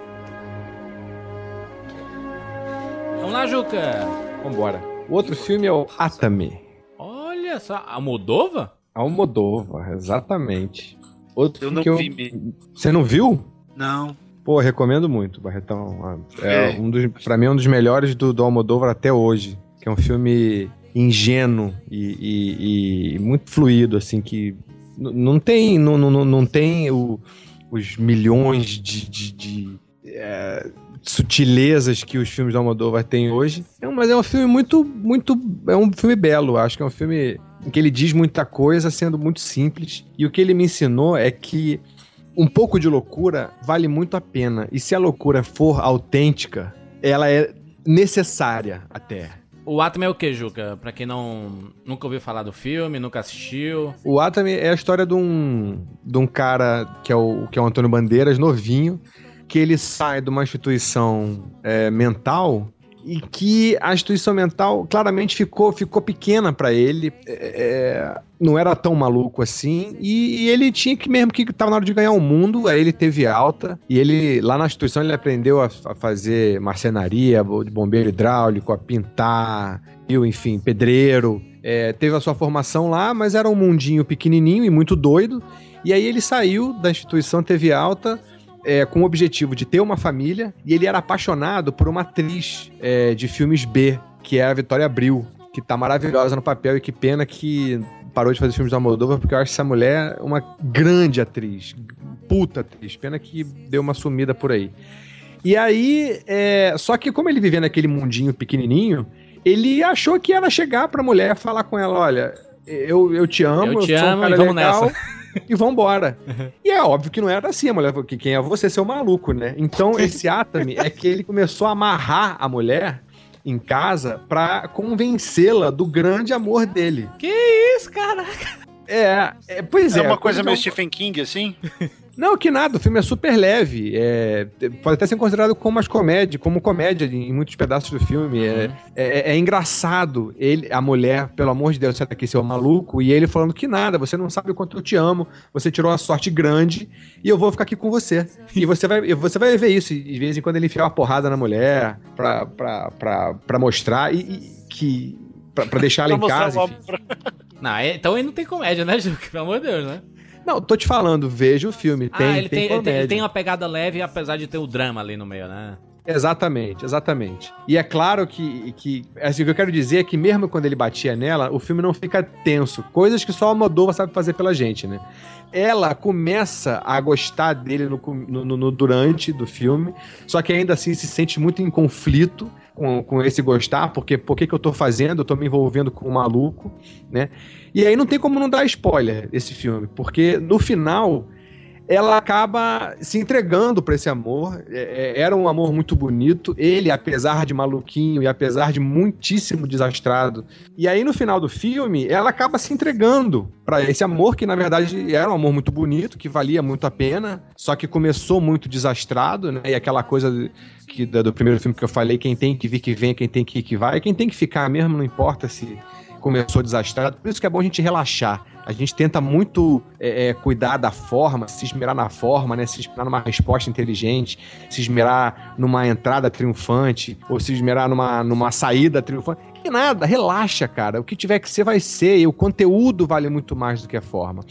Vamos lá, Juca. Vambora. O outro filme é o Atame. Olha só, a Moldova? Almodóvar, exatamente. Outro Eu filme não que eu... vi mesmo. Você não viu? Não. Pô, recomendo muito, Barretão. É É. um dos, pra mim é um dos melhores do, do Almodóvar até hoje. Que é um filme ingênuo e, e- e muito fluido, assim, que n- não tem, não, não, não tem o- os milhões de, de- de, é, sutilezas que os filmes do Almodóvar têm hoje. É um- mas é um filme muito, muito, é um filme belo. Acho que é um filme em que ele diz muita coisa sendo muito simples. E o que ele me ensinou é que um pouco de loucura vale muito a pena. E se a loucura for autêntica, ela é necessária até. O Atome é o que, Juca? Pra quem não nunca ouviu falar do filme, nunca assistiu. O Atame é a história de um, de um cara que é, o, que é o Antônio Bandeiras, novinho, que ele sai de uma instituição é, mental e que a instituição mental claramente ficou, ficou pequena pra ele, é, não era tão maluco assim, e, e ele tinha que mesmo que tava na hora de ganhar o mundo, aí ele teve alta, e ele, lá na instituição, ele aprendeu a, a fazer marcenaria, de bombeiro hidráulico, a pintar, viu, enfim, pedreiro, é, teve a sua formação lá, mas era um mundinho pequenininho e muito doido, e aí ele saiu da instituição, teve alta, É, com o objetivo de ter uma família, e ele era apaixonado por uma atriz é, de filmes B, que é a Vitória Abril, que tá maravilhosa no papel, e que pena que parou de fazer filmes da Moldova, porque eu acho essa mulher uma grande atriz, puta atriz, pena que deu uma sumida por aí. E aí, é, só que como ele vivia naquele mundinho pequenininho, ele achou que era chegar pra mulher e falar com ela, olha, eu, eu te amo, Eu te eu sou um amo cara e vamos legal, nessa. E vambora. E é óbvio que não era assim, a mulher falou que quem é você, seu maluco, né? Então esse Atame é que ele começou a amarrar a mulher em casa pra convencê-la do grande amor dele. Que isso, caraca? É, é pois é. É uma coisa meio então- Stephen King, assim? Não, que nada, o filme é super leve. É, pode até ser considerado como as comédia, como comédia em muitos pedaços do filme. É, uhum. é, é engraçado ele, a mulher, pelo amor de Deus, sai daqui, seu maluco, e ele falando que nada, você não sabe o quanto eu te amo, você tirou uma sorte grande e eu vou ficar aqui com você. E você vai, você vai ver isso, e de vez em quando ele enfia uma porrada na mulher pra, pra, pra, pra mostrar e, e que. Pra, pra deixar ela em casa. Não, então ele não tem comédia, né, Juca? Pelo amor de Deus, né? Não, tô te falando, veja o filme, tem, ah, ele tem, tem, comédia. Ele tem uma pegada leve, apesar de ter o drama ali no meio, né? Exatamente, exatamente. E é claro que, que assim, o que eu quero dizer é que mesmo quando ele batia nela, o filme não fica tenso. Coisas que só a Almodóvar sabe fazer pela gente, né? Ela começa a gostar dele no, no, no durante do filme, só que ainda assim se sente muito em conflito com, com esse gostar, porque por que que eu tô fazendo? Eu tô me envolvendo com um maluco, né? E aí não tem como não dar spoiler desse filme, porque no final ela acaba se entregando pra esse amor. É, era um amor muito bonito, ele, apesar de maluquinho e apesar de muitíssimo desastrado. E aí no final do filme, ela acaba se entregando pra esse amor, que na verdade era um amor muito bonito, que valia muito a pena, só que começou muito desastrado, né? E aquela coisa que, do primeiro filme que eu falei, quem tem que vir que vem, quem tem que ir que vai, quem tem que ficar mesmo, não importa se começou desastrado. Por isso que é bom a gente relaxar. A gente tenta muito é, é, cuidar da forma, se esmerar na forma, né? Se esmerar numa resposta inteligente, se esmerar numa entrada triunfante, ou se esmerar numa, numa saída triunfante. Que nada, relaxa, cara. O que tiver que ser, vai ser. E o conteúdo vale muito mais do que a forma.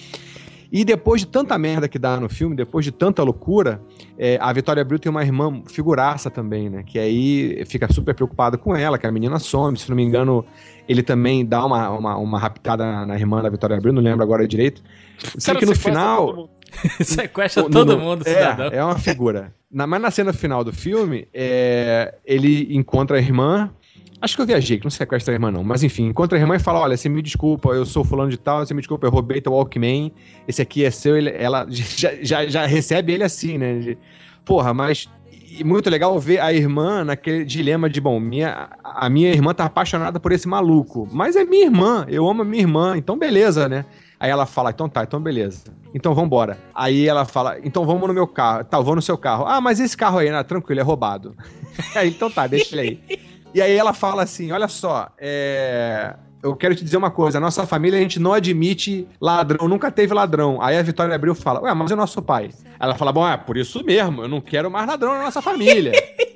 E depois de tanta merda que dá no filme, depois de tanta loucura, é, a Vitória Abril tem uma irmã figuraça também, né? Que aí fica super preocupado com ela, que a menina some. Se não me engano, ele também dá uma, uma, uma raptada na irmã da Vitória Abril, não lembro agora direito. Sei que no final... Sequestra todo mundo, cidadão. É, é uma figura. Na, mas na cena final do filme, é, ele encontra a irmã... Acho que eu viajei, que não sequestra a irmã não, mas enfim, encontra a irmã e fala, olha, você me desculpa, eu sou fulano de tal, você me desculpa, eu roubei teu Walkman, esse aqui é seu, ele, ela já, já, já recebe ele assim, né, de, porra, mas, e muito legal ver a irmã naquele dilema de, bom, minha, a minha irmã tá apaixonada por esse maluco, mas é minha irmã, eu amo a minha irmã, então beleza, né. Aí ela fala, então tá, então beleza. Então vambora. Aí ela fala, então vamos no meu carro. Tá, eu vou no seu carro. Ah, mas esse carro aí, né, tranquilo, é roubado. Aí, então tá, deixa ele aí. E aí ela fala assim, olha só, é... eu quero te dizer uma coisa, a nossa família a gente não admite ladrão, nunca teve ladrão. Aí a Vitória Abril fala, ué, mas é nosso pai. Ela fala, bom, é por isso mesmo, eu não quero mais ladrão na nossa família.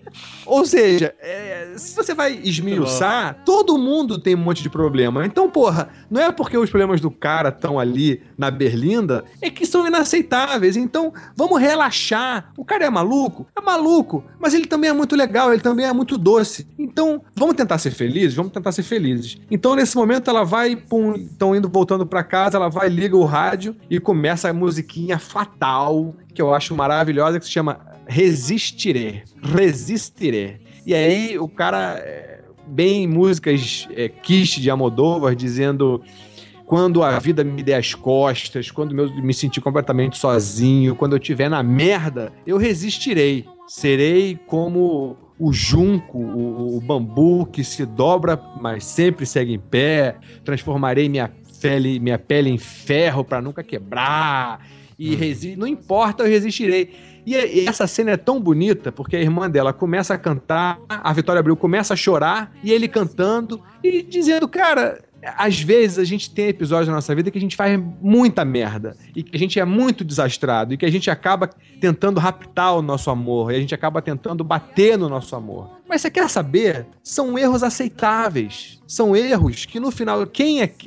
Ou seja, é, se você vai esmiuçar, todo mundo tem um monte de problema. Então, porra, não é porque os problemas do cara estão ali na berlinda, é que são inaceitáveis. Então, vamos relaxar. O cara é maluco? É maluco. Mas ele também é muito legal, ele também é muito doce. Então, vamos tentar ser felizes? Vamos tentar ser felizes. Então, nesse momento, ela vai, pum, estão indo, voltando pra casa, ela vai, liga o rádio e começa a musiquinha fatal, que eu acho maravilhosa, que se chama Resistiré. Resistiré. E aí o cara, bem músicas é, quiche de Almodóvar, dizendo quando a vida me der as costas, quando eu me sentir completamente sozinho, quando eu estiver na merda, eu resistirei. Serei como o junco, o, o bambu que se dobra, mas sempre segue em pé. Transformarei minha pele, minha pele em ferro para nunca quebrar. E resi- não importa, eu resistirei. E essa cena é tão bonita, porque a irmã dela começa a cantar, a Vitória Abril começa a chorar, e ele cantando, e dizendo, cara, às vezes a gente tem episódios na nossa vida que a gente faz muita merda, e que a gente é muito desastrado, e que a gente acaba tentando raptar o nosso amor, e a gente acaba tentando bater no nosso amor. Mas você quer saber? São erros aceitáveis. São erros que no final, quem é...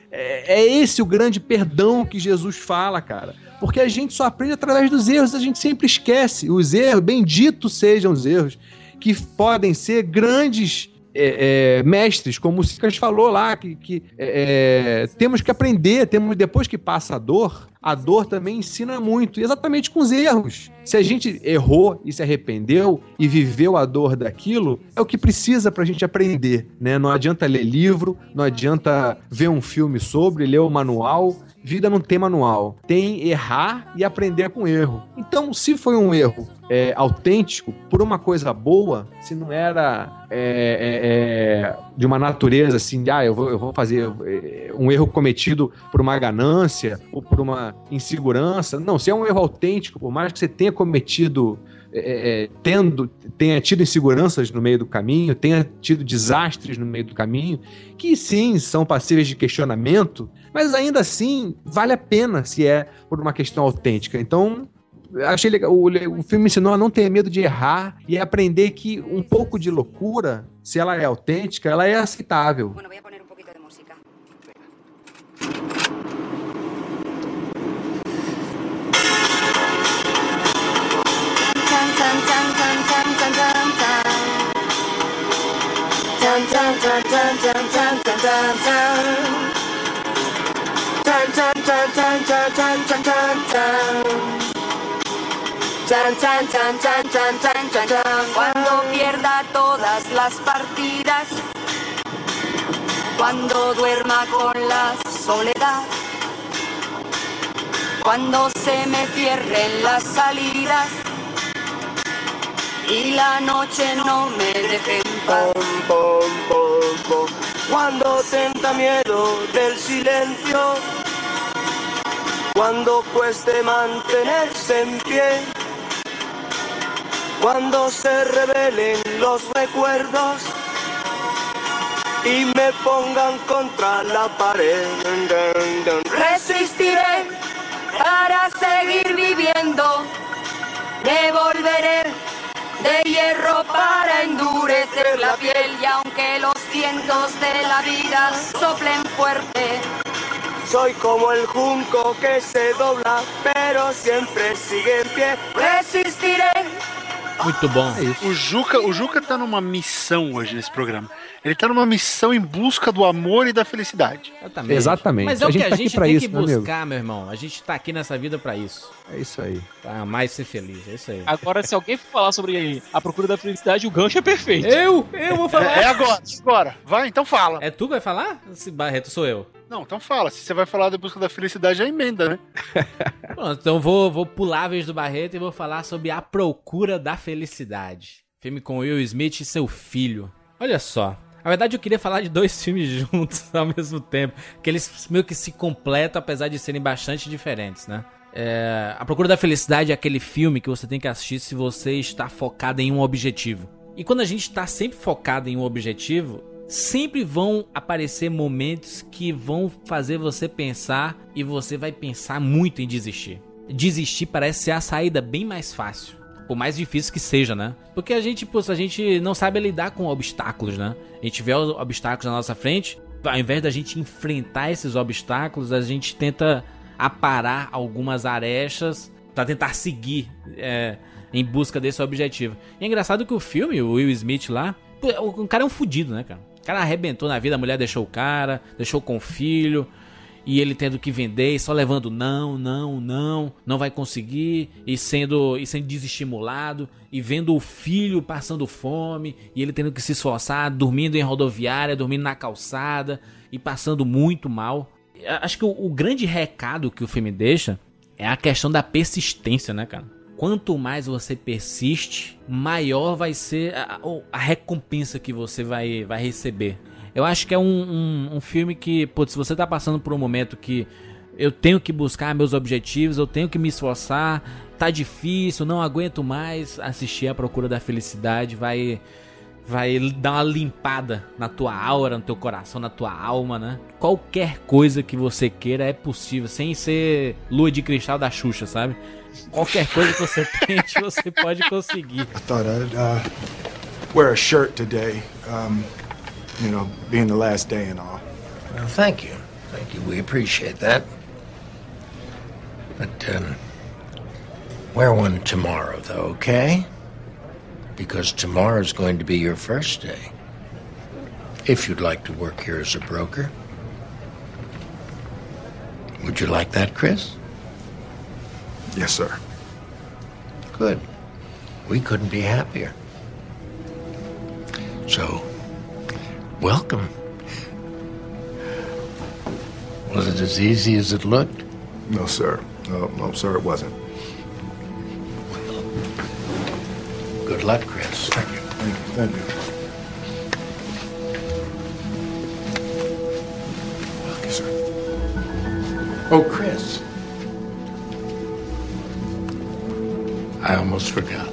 É esse o grande perdão que Jesus fala, cara. Porque a gente só aprende através dos erros, a gente sempre esquece. Os erros, benditos sejam os erros, que podem ser grandes é, é, mestres, como o Cicas falou lá, que, que é, temos que aprender, temos, depois que passa a dor, a dor também ensina muito, exatamente com os erros. Se a gente errou e se arrependeu e viveu a dor daquilo, é o que precisa pra gente aprender, né? Não adianta ler livro, não adianta ver um filme sobre, ler o manual. vida não tem manual. Tem errar e aprender com erro. Então, se foi um erro é, autêntico, por uma coisa boa, se não era é, é, de uma natureza assim, de, ah, eu vou, eu vou fazer é, um erro cometido por uma ganância ou por uma insegurança. Não, se é um erro autêntico, por mais que você tenha cometido, é, é, tendo, tenha tido inseguranças no meio do caminho, tenha tido desastres no meio do caminho, que sim, são passíveis de questionamento, mas ainda assim, vale a pena se é por uma questão autêntica. Então, achei legal. O, o filme me ensinou a não ter medo de errar e a aprender que um pouco de loucura, se ela é autêntica, ela é aceitável. Bueno, voy a poner un poquito de música. Cuando pierda todas las partidas, cuando duerma con la soledad, cuando se me cierren las salidas y la noche no me deje en paz. Cuando tenga miedo del silencio, cuando cueste mantenerse en pie, cuando se revelen los recuerdos y me pongan contra la pared, resistiré para seguir viviendo, devolveré de hierro para endurecer la piel, y aunque los vientos de la vida soplen fuerte, soy como el junco que se dobla, pero siempre sigue en pie. Resistiré. Muito bom. O Juca, o Juca tá numa missão hoje nesse programa. Ele tá numa missão em busca do amor e da felicidade. Exatamente. Exatamente. Mas é a o que gente a tá gente aqui pra tem isso, que meu amigo. buscar, meu irmão. A gente tá aqui nessa vida pra isso. É isso aí. Pra amar e ser feliz. É isso aí. Agora, se alguém for falar sobre a procura da felicidade, o gancho é perfeito. Eu? Eu vou falar. É, é agora, agora. Vai, então fala. É tu que vai falar? Esse Barreto sou eu. Não, então fala. Se você vai falar da busca da felicidade, é emenda, né? Pronto, então vou, vou pular a vez do Barreto e vou falar sobre A Procura da Felicidade. Filme com Will Smith e seu filho. Olha só. Na verdade, eu queria falar de dois filmes juntos ao mesmo tempo. Que eles meio que se completam, apesar de serem bastante diferentes, né? É, A Procura da Felicidade é aquele filme que você tem que assistir se você está focado em um objetivo. E quando a gente está sempre focado em um objetivo, sempre vão aparecer momentos que vão fazer você pensar e você vai pensar muito em desistir. Desistir parece ser a saída bem mais fácil. Por mais difícil que seja, né? Porque a gente, pô, a gente não sabe lidar com obstáculos, né? A gente vê os obstáculos na nossa frente, ao invés da gente enfrentar esses obstáculos, a gente tenta aparar algumas arestas pra tentar seguir é, em busca desse objetivo. E é engraçado que o filme, o Will Smith lá, pô, o cara é um fudido, né, cara? O cara arrebentou na vida, a mulher deixou o cara, deixou com o filho, e ele tendo que vender e só levando não, não, não, não vai conseguir, e sendo, e sendo desestimulado, e vendo o filho passando fome, e ele tendo que se esforçar, dormindo em rodoviária, dormindo na calçada, e passando muito mal. Acho que o, o grande recado que o filme deixa é a questão da persistência, né, cara? Quanto mais você persiste, maior vai ser a, a recompensa que você vai, vai receber. Eu acho que é um, um, um filme que, pô, se você tá passando por um momento que eu tenho que buscar meus objetivos, eu tenho que me esforçar, tá difícil, não aguento mais, assistir A Procura da Felicidade vai, vai dar uma limpada na tua aura, no teu coração, na tua alma, né? Qualquer coisa que você queira é possível, sem ser Lua de Cristal da Xuxa, sabe? Qualquer coisa que você tente, você pode conseguir. I thought I'd uh, wear a shirt today. Um... You know, being the last day and all. Well, thank you. Thank you. We appreciate that. But, um, wear one tomorrow, though, okay? Because tomorrow's going to be your first day. If you'd like to work here as a broker. Would you like that, Chris? Yes, sir. Good. We couldn't be happier. So, welcome. Was it as easy as it looked? No, sir. No, no, sir, it wasn't. Good luck, Chris. Thank you. Thank you. Thank you. Okay, sir. Oh, Chris. I almost forgot.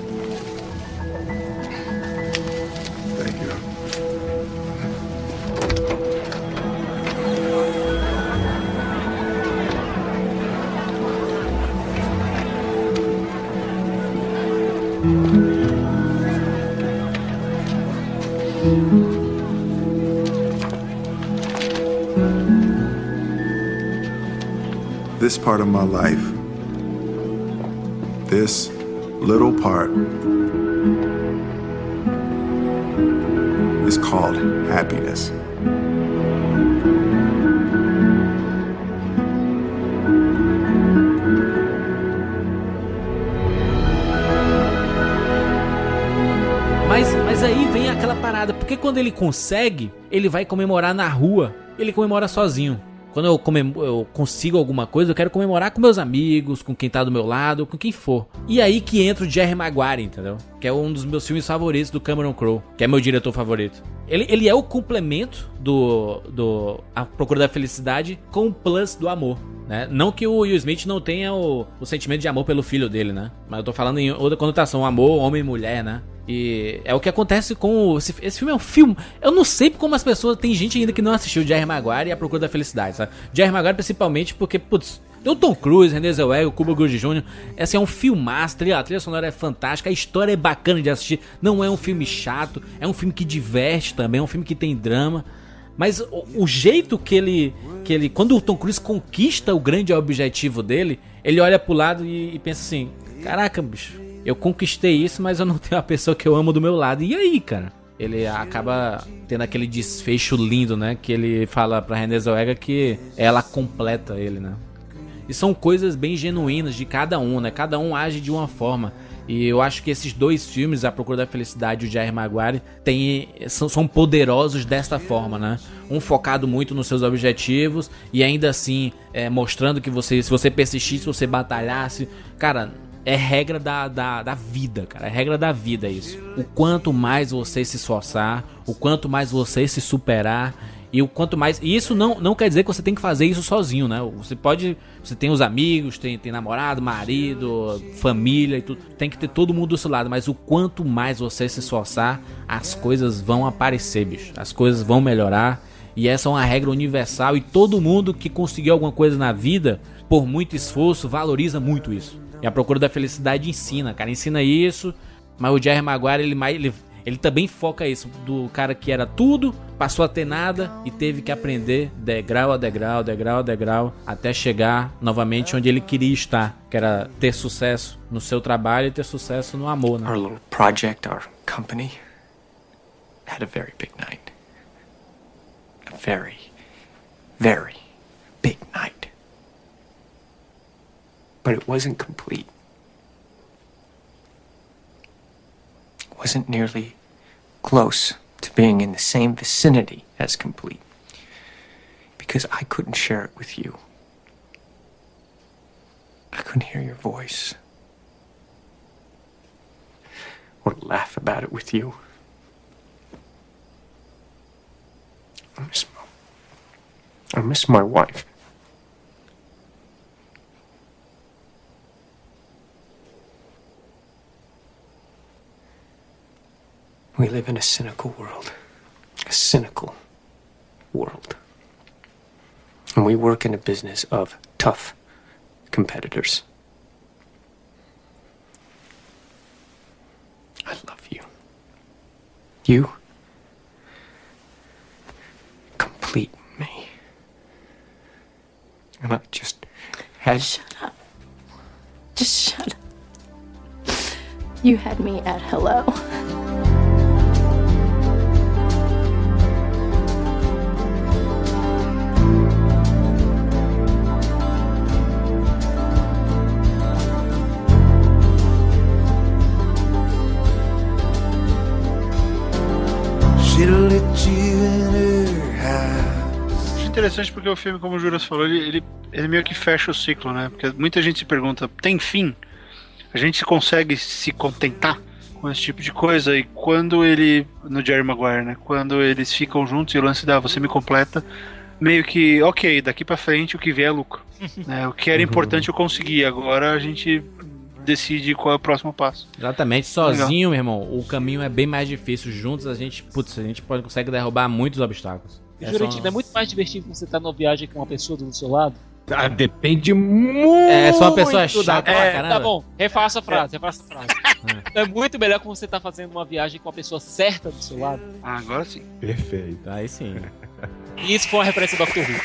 Thank you. This part of my life, this little part, is called happiness. Mas, mas aí vem aquela parada, porque quando ele consegue, ele vai comemorar na rua, ele comemora sozinho. Quando eu, comem- eu consigo alguma coisa, eu quero comemorar com meus amigos, com quem tá do meu lado, com quem for. E aí que entra o Jerry Maguire, entendeu? Que é um dos meus filmes favoritos do Cameron Crowe, que é meu diretor favorito. Ele, ele é o complemento do, do A Procura da Felicidade com o plus do amor, né? Não que o Will Smith não tenha o, o sentimento de amor pelo filho dele, né? Mas eu tô falando em outra conotação, amor, homem e mulher, né? E é o que acontece com o, esse, esse filme é um filme. Eu não sei como as pessoas. Tem gente ainda que não assistiu Jerry Maguire e A Procura da Felicidade, sabe? Jerry Maguire principalmente porque, putz, tem o Tom Cruise, Renée Zellweger, o Cuba Gooding Júnior Esse é um filmaço, a trilha, a trilha sonora é fantástica, a história é bacana de assistir. Não é um filme chato, é um filme que diverte também, é um filme que tem drama. Mas o, o jeito que ele, que ele. Quando o Tom Cruise conquista o grande objetivo dele, ele olha pro lado e, e pensa assim: caraca, bicho, eu conquistei isso, mas eu não tenho a pessoa que eu amo do meu lado. E aí, cara? Ele acaba tendo aquele desfecho lindo, né? Que ele fala pra Renée Zellweger que ela completa ele, né? E são coisas bem genuínas de cada um, né? Cada um age de uma forma. E eu acho que esses dois filmes, A Procura da Felicidade e o Jerry Maguire, tem, são, são poderosos desta forma, né? Um focado muito nos seus objetivos e ainda assim é, mostrando que você, se você persistisse, se você batalhasse, cara, é regra da, da, da vida, cara. É regra da vida isso. O quanto mais você se esforçar, o quanto mais você se superar e o quanto mais... E isso não, não quer dizer que você tem que fazer isso sozinho, né? Você pode... Você tem os amigos, tem, tem namorado, marido, família e tudo. Tem que ter todo mundo do seu lado. Mas o quanto mais você se esforçar, as coisas vão aparecer, bicho. As coisas vão melhorar. E essa é uma regra universal. E todo mundo que conseguiu alguma coisa na vida, por muito esforço, valoriza muito isso. E A Procura da Felicidade ensina, cara. Ensina isso. Mas o Jerry Maguire, ele mais... Ele, Ele também foca isso, do cara que era tudo, passou a ter nada e teve que aprender degrau a degrau, degrau a degrau, até chegar novamente onde ele queria estar, que era ter sucesso no seu trabalho e ter sucesso no amor, né? Our little project, our company, had a very big night. A very, very big night. But it wasn't complete. Wasn't nearly close to being in the same vicinity as complete. Because I couldn't share it with you. I couldn't hear your voice. Or laugh about it with you. I miss my, I miss my wife. We live in a cynical world. A cynical world. And we work in a business of tough competitors. I love you. You complete me. And I just had... Shut up. Just shut up. You had me at hello. She'll let you in her house. She interessante porque o filme, como o Juras falou, ele, ele, ele meio que fecha o ciclo, né? Porque muita gente se pergunta, tem fim? A gente consegue se contentar com esse tipo de coisa? E quando ele, no Jerry Maguire, né? Quando eles ficam juntos e o lance da você me completa, meio que, ok, daqui pra frente o que vier é lucro. Né? O que era importante eu consegui, agora a gente decide qual é o próximo passo. Exatamente, sozinho, meu irmão, o caminho é bem mais difícil. Juntos a gente, putz, a gente pode, consegue derrubar muitos obstáculos. É Jurandir, só... é muito mais divertido você estar numa viagem com uma pessoa do seu lado? Ah, depende muito. É, só uma pessoa chata é, pra caramba. Tá bom, refaça a frase, é. refaça a frase. É. é muito melhor quando você tá fazendo uma viagem com a pessoa certa do seu lado. Ah, agora sim. Perfeito. Aí sim. E isso foi uma referência do Doctor Who.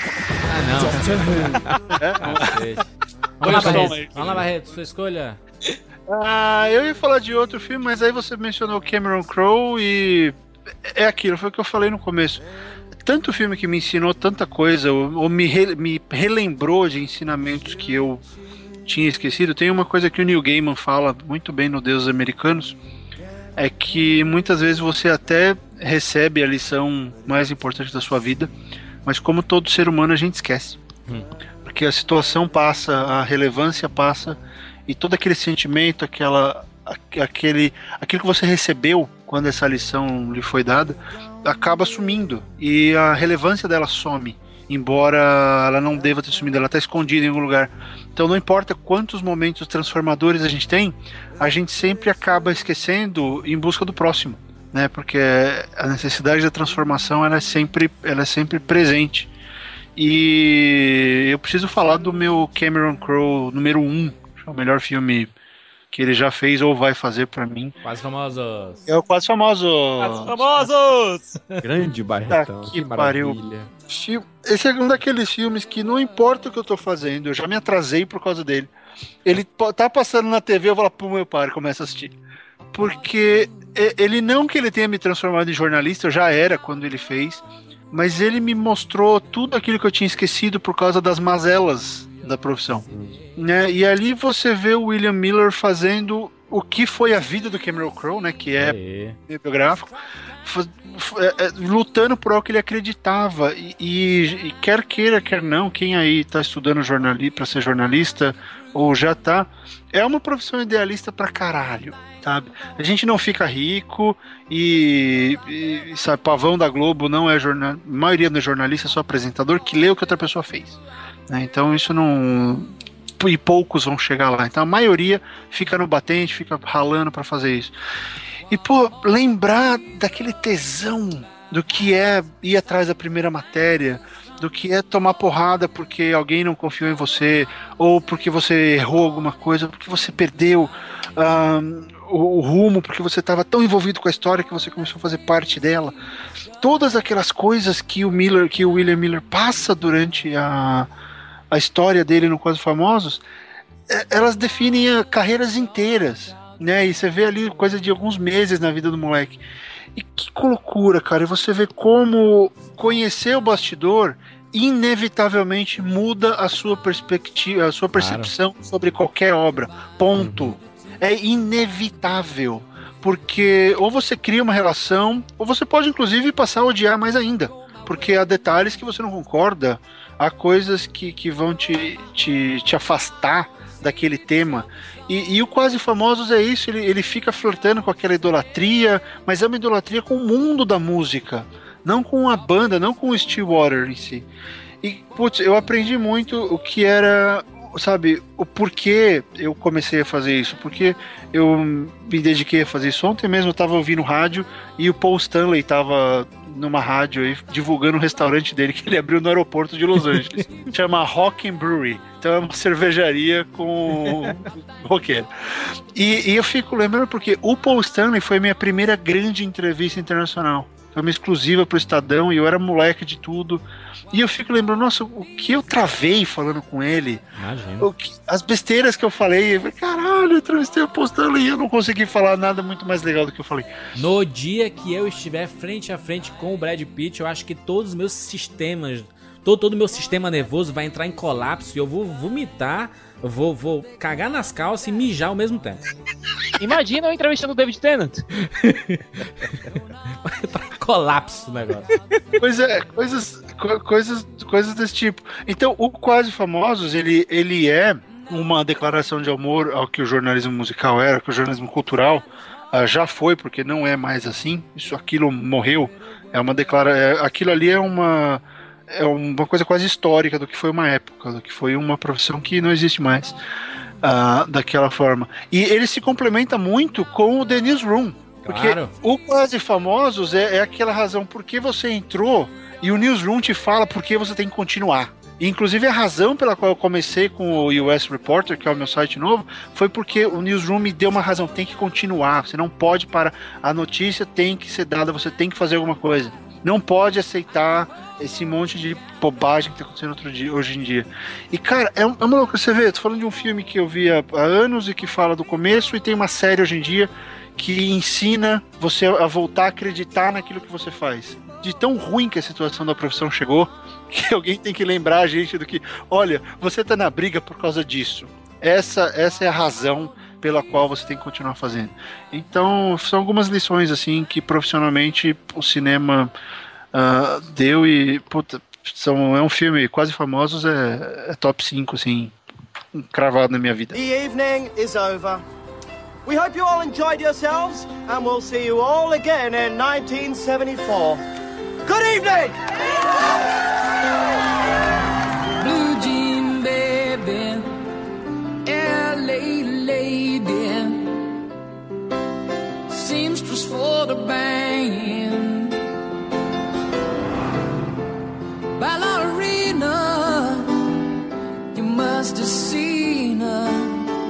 Ah, não. é? Vamos lá, Barreto. Vamos lá, Barreto, sua escolha. Ah, eu ia falar de outro filme, mas aí você mencionou Cameron Crowe e é aquilo, foi o que eu falei no começo. Tanto filme que me ensinou tanta coisa, ou, ou me, re, me relembrou de ensinamentos que eu tinha esquecido. Tem uma coisa que o Neil Gaiman fala muito bem no Deuses Americanos, é que muitas vezes você até recebe a lição mais importante da sua vida, mas como todo ser humano a gente esquece. Hum. Porque a situação passa, a relevância passa, e todo aquele sentimento, aquela, aquele, aquilo que você recebeu quando essa lição lhe foi dada, acaba sumindo, e a relevância dela some, embora ela não deva ter sumido, ela está escondida em algum lugar. Então não importa quantos momentos transformadores a gente tem, a gente sempre acaba esquecendo em busca do próximo, né? Porque a necessidade da transformação ela é sempre, ela é sempre presente. E eu preciso falar do meu Cameron Crowe número um, o melhor filme que ele já fez ou vai fazer pra mim. Quase Famosos. É o Quase Famosos. Quase Famosos! Grande Barretão, que, que maravilha. Esse é um daqueles filmes que não importa o que eu tô fazendo, eu já me atrasei por causa dele. Ele tá passando na T V, eu vou lá pro meu pai e começo a assistir. Porque ele não que ele tenha me transformado em jornalista, eu já era quando ele fez, mas ele me mostrou tudo aquilo que eu tinha esquecido por causa das mazelas da profissão. Né? E ali você vê o William Miller fazendo o que foi a vida do Cameron Crowe, né? Que é biográfico, lutando por algo que ele acreditava. E, e, e quer queira, quer não, quem aí está estudando jornali- para ser jornalista ou já tá, é uma profissão idealista pra caralho, sabe? A gente não fica rico e, e sabe, pavão da Globo não é jornal, a maioria não é jornalista, é só apresentador que lê o que outra pessoa fez. Né? Então isso não... E poucos vão chegar lá. Então a maioria fica no batente, fica ralando pra fazer isso. E, pô, lembrar daquele tesão do que é ir atrás da primeira matéria, do que é tomar porrada porque alguém não confiou em você, ou porque você errou alguma coisa, porque você perdeu um, o, o rumo, porque você estava tão envolvido com a história que você começou a fazer parte dela. Todas aquelas coisas que o Miller, que o William Miller passa durante a, a história dele no Quase Famosos, elas definem carreiras inteiras, né? E você vê ali coisa de alguns meses na vida do moleque. E que loucura, cara. E você vê como conhecer o bastidor inevitavelmente muda a sua perspectiva, a sua percepção claro. Sobre qualquer obra. Ponto. Uhum. É inevitável. Porque ou você cria uma relação, ou você pode inclusive passar a odiar mais ainda. Porque há detalhes que você não concorda, há coisas que, que vão te, te, te afastar daquele tema. E, e o Quase Famosos é isso, ele, ele fica flertando com aquela idolatria, mas é uma idolatria com o mundo da música, não com a banda, não com o Stillwater em si. E, putz, eu aprendi muito o que era, sabe, o porquê eu comecei a fazer isso, porque eu me dediquei a fazer isso. Ontem mesmo eu tava ouvindo rádio e o Paul Stanley tava numa rádio aí, divulgando o restaurante dele que ele abriu no aeroporto de Los Angeles. Chama Rock and Brewery. Então é uma cervejaria com roqueiro. E, e eu fico lembrando porque o Paul Stanley foi a minha primeira grande entrevista internacional. Foi uma exclusiva pro Estadão e eu era moleque de tudo. E eu fico lembrando, nossa, o que eu travei falando com ele. O que, as besteiras que eu falei. Eu falei, caralho, eu entrevistei o Paul Stanley e eu não consegui falar nada muito mais legal do que eu falei. No dia que eu estiver frente a frente com o Brad Pitt, eu acho que todos os meus sistemas, todo o meu sistema nervoso vai entrar em colapso e eu vou vomitar, eu vou, vou cagar nas calças e mijar ao mesmo tempo. Imagina eu entrevistando o David Tennant. Vai entrar em colapso o negócio. Pois é, coisas, co- coisas, coisas desse tipo. Então, o Quase Famosos, ele, ele é uma declaração de amor ao que o jornalismo musical era, que o jornalismo cultural uh, já foi, porque não é mais assim. Isso, aquilo morreu. É uma declara... É, aquilo ali é uma... é uma coisa quase histórica do que foi uma época, do que foi uma profissão que não existe mais uh, daquela forma. E ele se complementa muito com o The Newsroom, porque Claro. o Quase Famosos é, é aquela razão por que você entrou e o Newsroom te fala por que você tem que continuar. E, inclusive, a razão pela qual eu comecei com o U S Reporter, que é o meu site novo, foi porque o Newsroom me deu uma razão, tem que continuar, você não pode parar, a notícia tem que ser dada, você tem que fazer alguma coisa. Não pode aceitar esse monte de bobagem que tá acontecendo outro dia, hoje em dia. E, cara, é, um, é uma loucura. Você vê, tô falando de um filme que eu vi há, há anos e que fala do começo, e tem uma série hoje em dia que ensina você a voltar a acreditar naquilo que você faz. De tão ruim que a situação da profissão chegou, que alguém tem que lembrar a gente do que, olha, você tá na briga por causa disso. Essa, essa é a razão pela qual você tem que continuar fazendo. Então, são algumas lições, assim, que profissionalmente o cinema uh, deu e, puta, são, é um filme, Quase Famosos é, é top cinco, assim, cravado na minha vida. The evening is over. We hope you all enjoyed yourselves, and we'll see you all again in nineteen seventy-four. Good evening! Blue jean baby, L A lady, seamstress for the band, ballerina, you must have seen her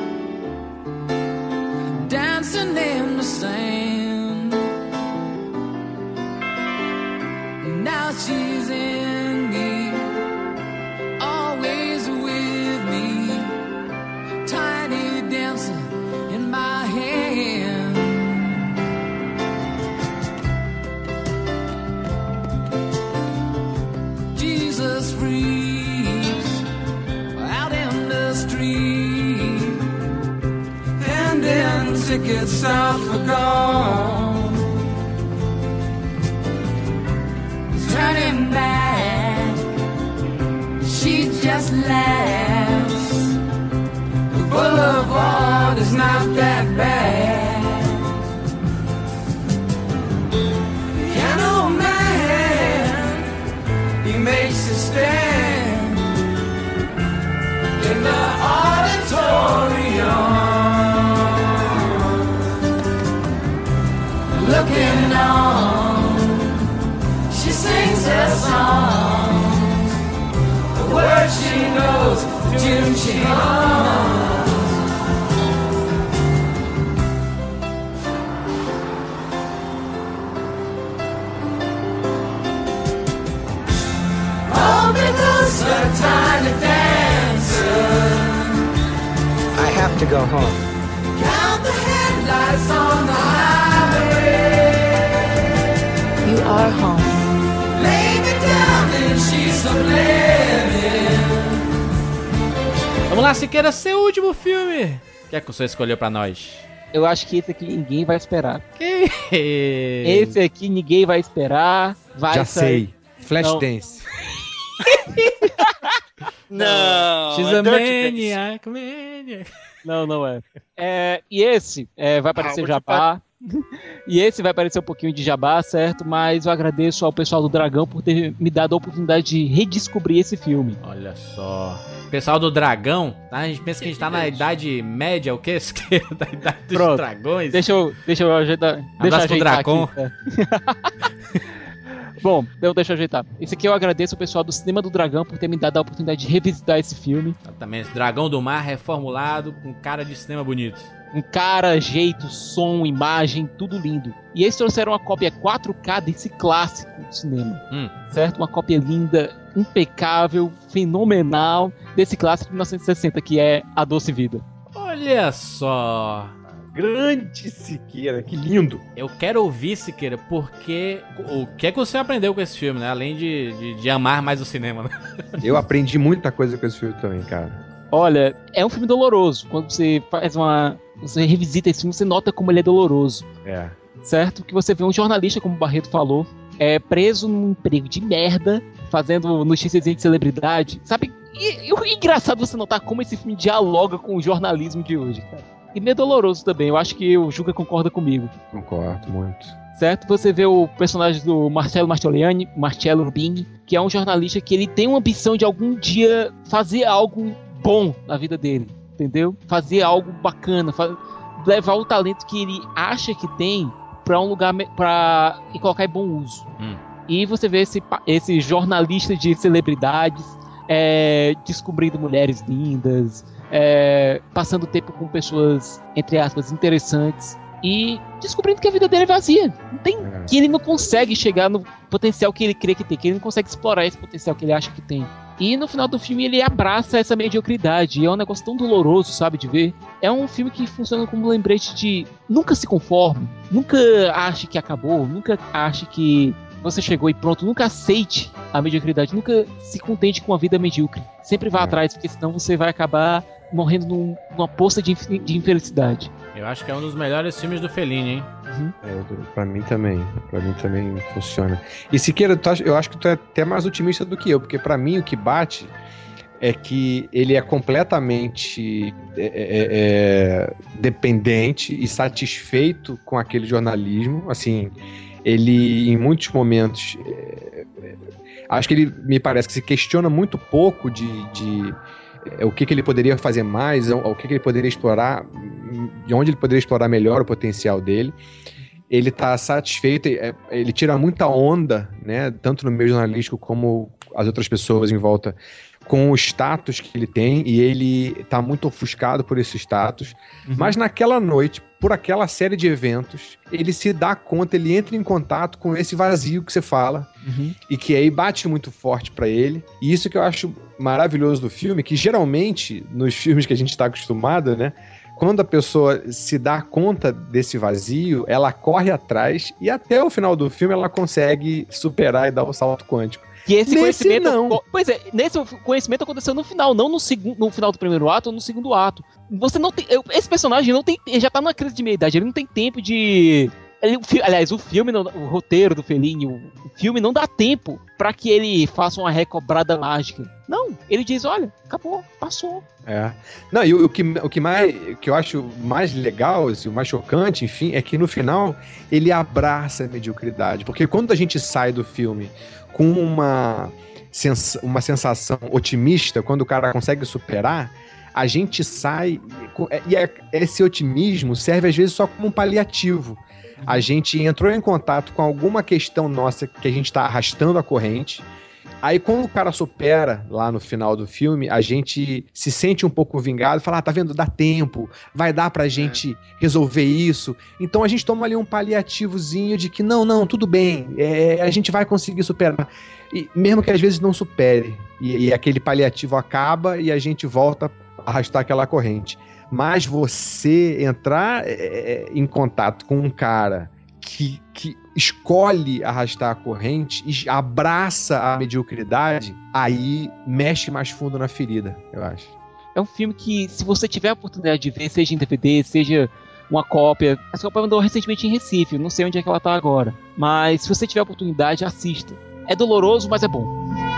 dancing in the sand. Now she's in me, always with me, tiny dancer in my hand. Jesus freaks out in the street, and then tickets out for gone. Turning back, she just laughs. The boulevard is not that bad. Piano man, he makes a stand in the auditorium, looking on. She sings her songs, the words she knows, the tune she hums. All because a tiny dancer. I have to go home. Count the headlights on the highway. You are home. Vamos lá, Siqueira, seu último filme. O que é que o senhor escolheu pra nós? Eu acho que esse aqui ninguém vai esperar. Que? Esse aqui ninguém vai esperar. Vai Já sair. sei. Flashdance. Não. She's é a Dirty maniac, maniac. Não, não é. É, e esse é, vai aparecer Ah, jabá. E esse vai aparecer um pouquinho de jabá, certo? Mas eu agradeço ao pessoal do Dragão por ter me dado a oportunidade de redescobrir esse filme. Olha só. Pessoal do Dragão, tá? A gente pensa que a gente tá na idade média, o quê? Da idade dos Pronto. dragões. Deixa eu, deixa eu ajeitar. Deixa eu Abraço pro ajeitar Dracon. aqui, tá? Bom, eu deixa eu ajeitar. Esse aqui eu agradeço ao pessoal do Cinema do Dragão por ter me dado a oportunidade de revisitar esse filme. Exatamente. Dragão do Mar reformulado com cara de cinema bonito. Um cara, jeito, som, imagem, tudo lindo. E eles trouxeram uma cópia quatro K desse clássico do cinema. Hum. Certo? Uma cópia linda, impecável, fenomenal desse clássico de mil novecentos e sessenta, que é A Doce Vida. Olha só. Grande Siqueira, que lindo. Eu quero ouvir, Siqueira, porque o que é que você aprendeu com esse filme, né? Além de, de, de amar mais o cinema, né? Eu aprendi muita coisa com esse filme também, cara. Olha, é um filme doloroso. Quando você faz uma... Você revisita esse filme, você nota como ele é doloroso. É. Certo? Que você vê um jornalista, como o Barreto falou, é preso num emprego de merda, fazendo notícias de celebridade, sabe? E, e o engraçado você notar como esse filme dialoga com o jornalismo de hoje, cara. E meio doloroso também, eu acho que o Juca concorda comigo. Concordo, muito. Certo? Você vê o personagem do Marcello Mastroianni, Marcello Rubini, que é um jornalista que ele tem uma ambição de algum dia fazer algo bom na vida dele, entendeu? Fazer algo bacana, fa- levar o talento que ele acha que tem pra um lugar me- pra e colocar em bom uso. Hum. E você vê esse, pa- esse jornalista de celebridades é, descobrindo mulheres lindas, é, passando tempo com pessoas, entre aspas, interessantes e descobrindo que a vida dele é vazia. Não tem, É. que ele não consegue chegar no potencial que ele crê que tem, que ele não consegue explorar esse potencial que ele acha que tem. E no final do filme ele abraça essa mediocridade. E é um negócio tão doloroso, sabe, de ver. É um filme que funciona como um lembrete de nunca se conforme, nunca ache que acabou, nunca ache que você chegou e pronto, nunca aceite a mediocridade, nunca se contente com a vida medíocre. Sempre vá É. atrás, porque senão você vai acabar morrendo num, numa poça de, inf- de infelicidade. Eu acho que é um dos melhores filmes do Fellini, hein? Uhum. É, pra mim também. Pra mim também funciona. E Siqueira, tu acha- eu acho que tu é até mais otimista do que eu, porque pra mim o que bate é que ele é completamente é, é, é, dependente e satisfeito com aquele jornalismo. Assim, ele em muitos momentos é, é, acho que ele me parece que se questiona muito pouco de, de é, o que, que ele poderia fazer mais, o, o que, que ele poderia explorar, de onde ele poderia explorar melhor o potencial dele. Ele está satisfeito, é, ele tira muita onda, né, tanto no meio jornalístico como as outras pessoas em volta, com o status que ele tem, e ele está muito ofuscado por esse status. Uhum. Mas naquela noite, por aquela série de eventos, ele se dá conta, ele entra em contato com esse vazio que você fala, uhum. e que aí bate muito forte para ele. E isso que eu acho maravilhoso do filme, que geralmente, nos filmes que a gente está acostumado, né, quando a pessoa se dá conta desse vazio, ela corre atrás e até o final do filme ela consegue superar e dar o salto quântico. Que esse Nesse conhecimento. não. Pois é, nesse conhecimento aconteceu no final, não no, segundo, no final do primeiro ato ou no segundo ato. Você não tem. Eu, esse personagem não tem. Ele já tá numa crise de meia-idade, ele não tem tempo de. Ele, aliás, o filme, o roteiro do Fellini, o, o filme não dá tempo pra que ele faça uma recobrada mágica. Não, ele diz, olha, acabou, passou. É. Não, e o, o, que, o que, mais, que eu acho mais legal, assim, o mais chocante, enfim, é que no final ele abraça a mediocridade. Porque quando a gente sai do filme com uma, sens- uma sensação otimista, quando o cara consegue superar, a gente sai... E é, esse otimismo serve às vezes só como um paliativo. A gente entrou em contato com alguma questão nossa que a gente está arrastando a corrente. Aí quando o cara supera lá no final do filme, a gente se sente um pouco vingado, fala, ah, tá vendo, dá tempo, vai dar pra gente resolver isso. Então a gente toma ali um paliativozinho de que não, não, tudo bem, é, a gente vai conseguir superar. E mesmo que às vezes não supere, e, e aquele paliativo acaba e a gente volta a arrastar aquela corrente. Mas você entrar é, em contato com um cara que, que escolhe arrastar a corrente e abraça a mediocridade, aí mexe mais fundo na ferida, eu acho. É um filme que, se você tiver a oportunidade de ver, seja em D V D, seja uma cópia... Essa cópia mandou recentemente em Recife, não sei onde é que ela tá agora. Mas se você tiver a oportunidade, assista. É doloroso, mas é bom.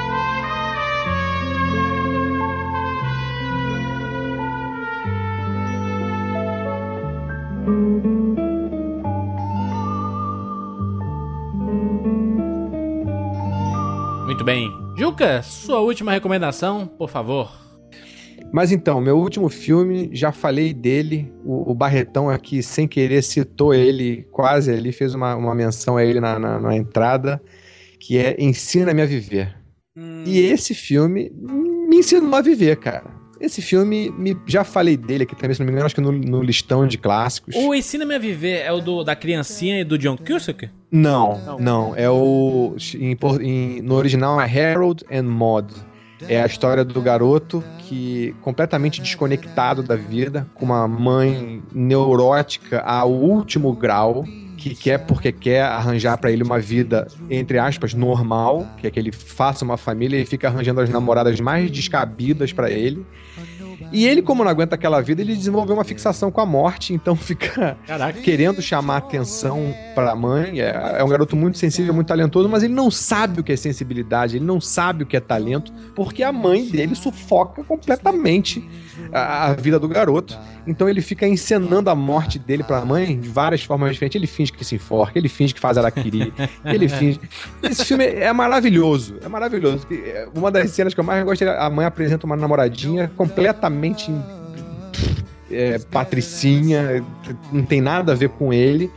Muito bem. Juca, sua última recomendação, por favor. Mas então, meu último filme, já falei dele, o, o Barretão aqui, sem querer, citou ele, quase ali, fez uma, uma menção a ele na, na, na entrada, que é Ensina-me a Viver. Hum. E esse filme me ensinou a viver, cara. Esse filme, me, já falei dele aqui também, se não me engano, acho que no, no listão de clássicos. O Ensina-me a Viver é o do, da criancinha e do John Cusack? Não, não, não. É o... Em, em, no original é Harold and Maude. É a história do garoto que, completamente desconectado da vida, com uma mãe neurótica ao último grau, que quer porque quer arranjar pra ele uma vida, entre aspas, normal, que é que ele faça uma família e fica arranjando as namoradas mais descabidas pra ele. E ele, como não aguenta aquela vida, ele desenvolveu uma fixação com a morte, então fica Caraca. querendo chamar atenção pra mãe. É, é um garoto muito sensível, muito talentoso, mas ele não sabe o que é sensibilidade, ele não sabe o que é talento, porque a mãe dele sufoca completamente a, a vida do garoto. Então ele fica encenando a morte dele pra mãe de várias formas diferentes. Ele finge que se enforca, ele finge que faz araquiri, ele finge... Esse filme é maravilhoso, é maravilhoso. Uma das cenas que eu mais gosto é a mãe apresenta uma namoradinha completamente é, patricinha, não tem nada a ver com ele.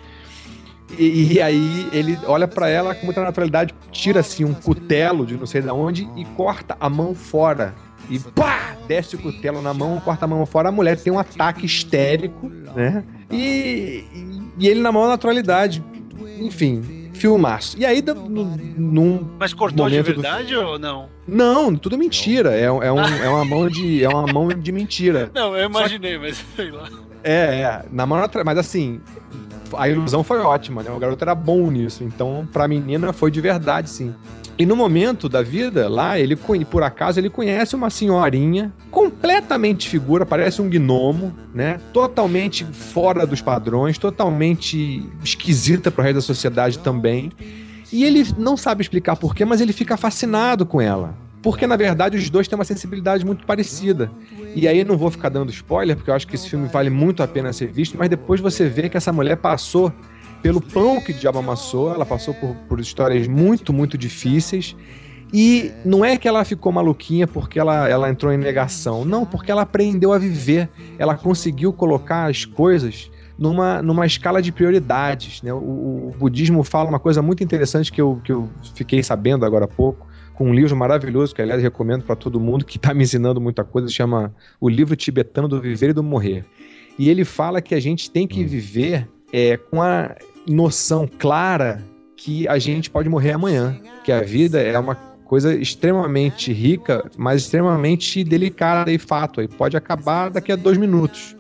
E, e aí ele olha pra ela com muita naturalidade, tira assim um cutelo de não sei de onde e corta a mão fora. E pá! Desce o cutelo na mão, corta a mão fora. A mulher tem um ataque histérico, né? E, e, e ele na maior naturalidade. Enfim, filmaço. E aí, no, num Mas cortou de momento verdade do... ou não? Não, tudo mentira. É, é, um, é, uma mão de, é uma mão de mentira. Não, eu imaginei, que... mas sei lá. É, é. Na mão, mas assim, a ilusão foi ótima, né? O garoto era bom nisso. Então, pra menina, foi de verdade, sim. E no momento da vida, lá, ele, por acaso, ele conhece uma senhorinha completamente figura, parece um gnomo, né? Totalmente fora dos padrões, totalmente esquisita pro resto da sociedade também. E ele não sabe explicar porquê, mas ele fica fascinado com ela. Porque, na verdade, os dois têm uma sensibilidade muito parecida. E aí não vou ficar dando spoiler, porque eu acho que esse filme vale muito a pena ser visto, mas depois você vê que essa mulher passou pelo pão que o diabo amassou, ela passou por, por histórias muito, muito difíceis, e não é que ela ficou maluquinha porque ela, ela entrou em negação, não, porque ela aprendeu a viver, ela conseguiu colocar as coisas numa, numa escala de prioridades, né? O, o budismo fala uma coisa muito interessante que eu, que eu fiquei sabendo agora há pouco, com um livro maravilhoso, que aliás recomendo para todo mundo, que está me ensinando muita coisa, se chama O Livro Tibetano do Viver e do Morrer. E ele fala que a gente tem que viver é, com a noção clara que a gente pode morrer amanhã, que a vida é uma coisa extremamente rica, mas extremamente delicada e fato, e pode acabar daqui a dois minutos.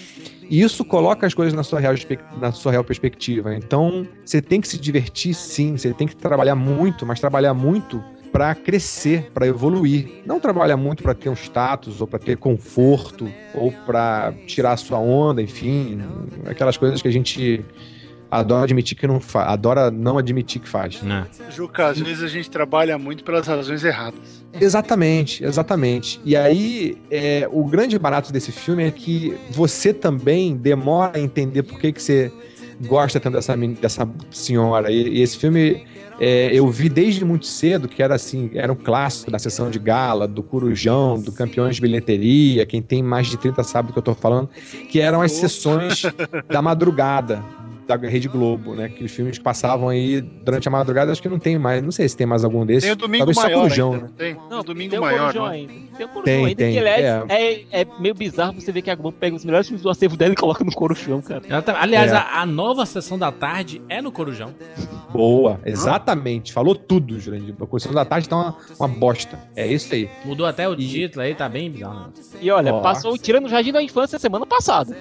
E isso coloca as coisas na sua real, na sua real perspectiva. Então, você tem que se divertir, sim, você tem que trabalhar muito, mas trabalhar muito para crescer, para evoluir. Não trabalhar muito para ter um status, ou para ter conforto, ou para tirar a sua onda, enfim, aquelas coisas que a gente adora admitir que não faz, adora não admitir que faz. Não. Juca, às vezes a gente trabalha muito pelas razões erradas. Exatamente, exatamente. E aí, é, o grande barato desse filme é que você também demora a entender por que, que você gosta tanto dessa, dessa senhora. E, e esse filme é, eu vi desde muito cedo, que era assim, era um clássico da sessão de gala, do Corujão, do Campeões de Bilheteria, quem tem mais de trinta sabe do que eu tô falando, que eram as sessões da madrugada da Rede Globo, né? Que os filmes que passavam aí durante a madrugada, acho que não tem mais, não sei se tem mais algum desses. Tem o Domingo Talvez Maior só Corujão, ainda, né? Tem, não, Domingo tem o Maior, Corujão não. ainda. Tem o Corujão Tem, ainda, tem, que aliás, é. é, é meio bizarro você ver que a Globo pega os melhores filmes do acervo dela e coloca no Corujão, cara. Ela tá- aliás, É. a, a nova sessão da tarde é no Corujão. Boa, exatamente. Falou tudo, Jurandir. A Constituição da Tarde tá uma, uma bosta. É isso aí. Mudou até o título aí, tá bem bizarro. E olha, Ó. passou o Tirando o Jardim da Infância semana passada.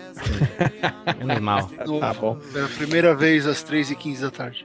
É normal. Tá bom. Pela primeira vez às três e quinze da tarde.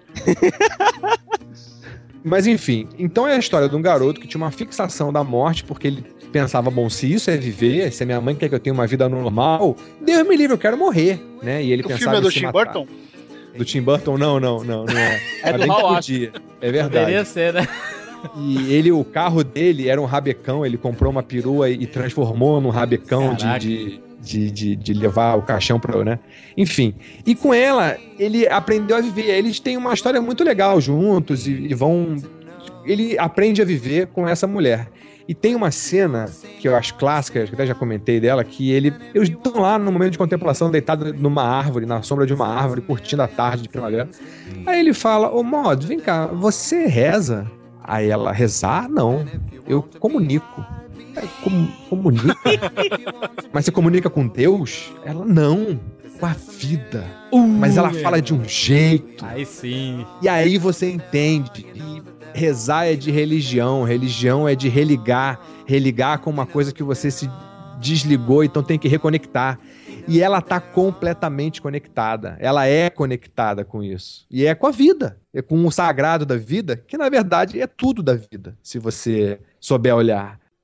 Mas enfim, então é a história de um garoto que tinha uma fixação da morte, porque ele pensava, bom, se isso é viver, se a minha mãe quer que eu tenha uma vida normal, Deus me livre, eu quero morrer, né? E ele O pensava filme é em do se Tim matar. Burton? Do Tim Burton? Não, não, não, não é. É Mas do bem que Hal podia. É verdade. Poderia ser, né? E ele, o carro dele era um rabecão, ele comprou uma perua e transformou num rabecão de, Caraca. de, de, de, de levar o caixão pra, né? Enfim. E com ela, ele aprendeu a viver. Eles têm uma história muito legal juntos e, e vão... Ele aprende a viver com essa mulher. E tem uma cena que eu acho clássica, acho que até já comentei dela, que ele, eles estão lá no momento de contemplação, deitado numa árvore, na sombra de uma árvore, curtindo a tarde de primavera. Aí ele fala, ô Maud, vem cá, você reza? Aí ela, rezar? Não, eu comunico. É, com, comunica? Mas você comunica com Deus? Ela, não, com a vida. Uh, Mas ela é. fala de um jeito. Aí sim. E aí você entende. E rezar é de religião, religião é de religar, religar com uma coisa que você se desligou, então tem que reconectar. E ela tá completamente conectada. Ela é conectada com isso. E é com a vida. É com o sagrado da vida, que na verdade é tudo da vida, se você souber olhar.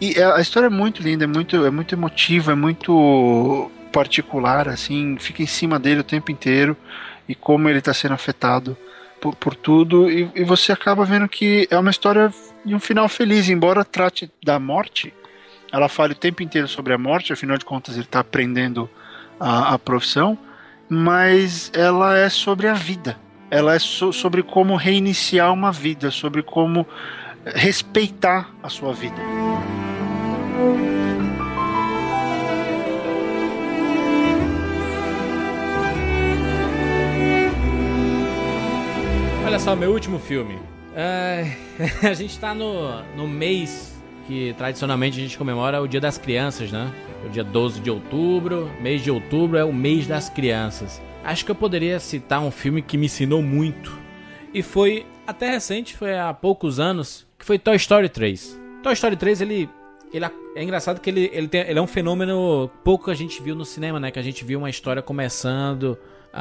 E a história é muito linda, é muito, é muito emotiva, é muito particular, assim, fica em cima dele o tempo inteiro e como ele está sendo afetado por, por tudo, e, e você acaba vendo que é uma história de um final feliz, embora trate da morte, ela fala o tempo inteiro sobre a morte, afinal de contas ele está aprendendo a, a profissão, mas ela é sobre a vida, ela é so, sobre como reiniciar uma vida, sobre como respeitar a sua vida. Olha só, meu último filme. É, a gente tá no, no mês que tradicionalmente a gente comemora o Dia das Crianças, né? O dia doze de outubro, mês de outubro é o mês das crianças. Acho que eu poderia citar um filme que me ensinou muito. E foi até recente, foi há poucos anos, que foi Toy Story três. Toy Story três, ele... Ele é engraçado que ele, ele, tem, ele é um fenômeno pouco que a gente viu no cinema, né? Que a gente viu uma história começando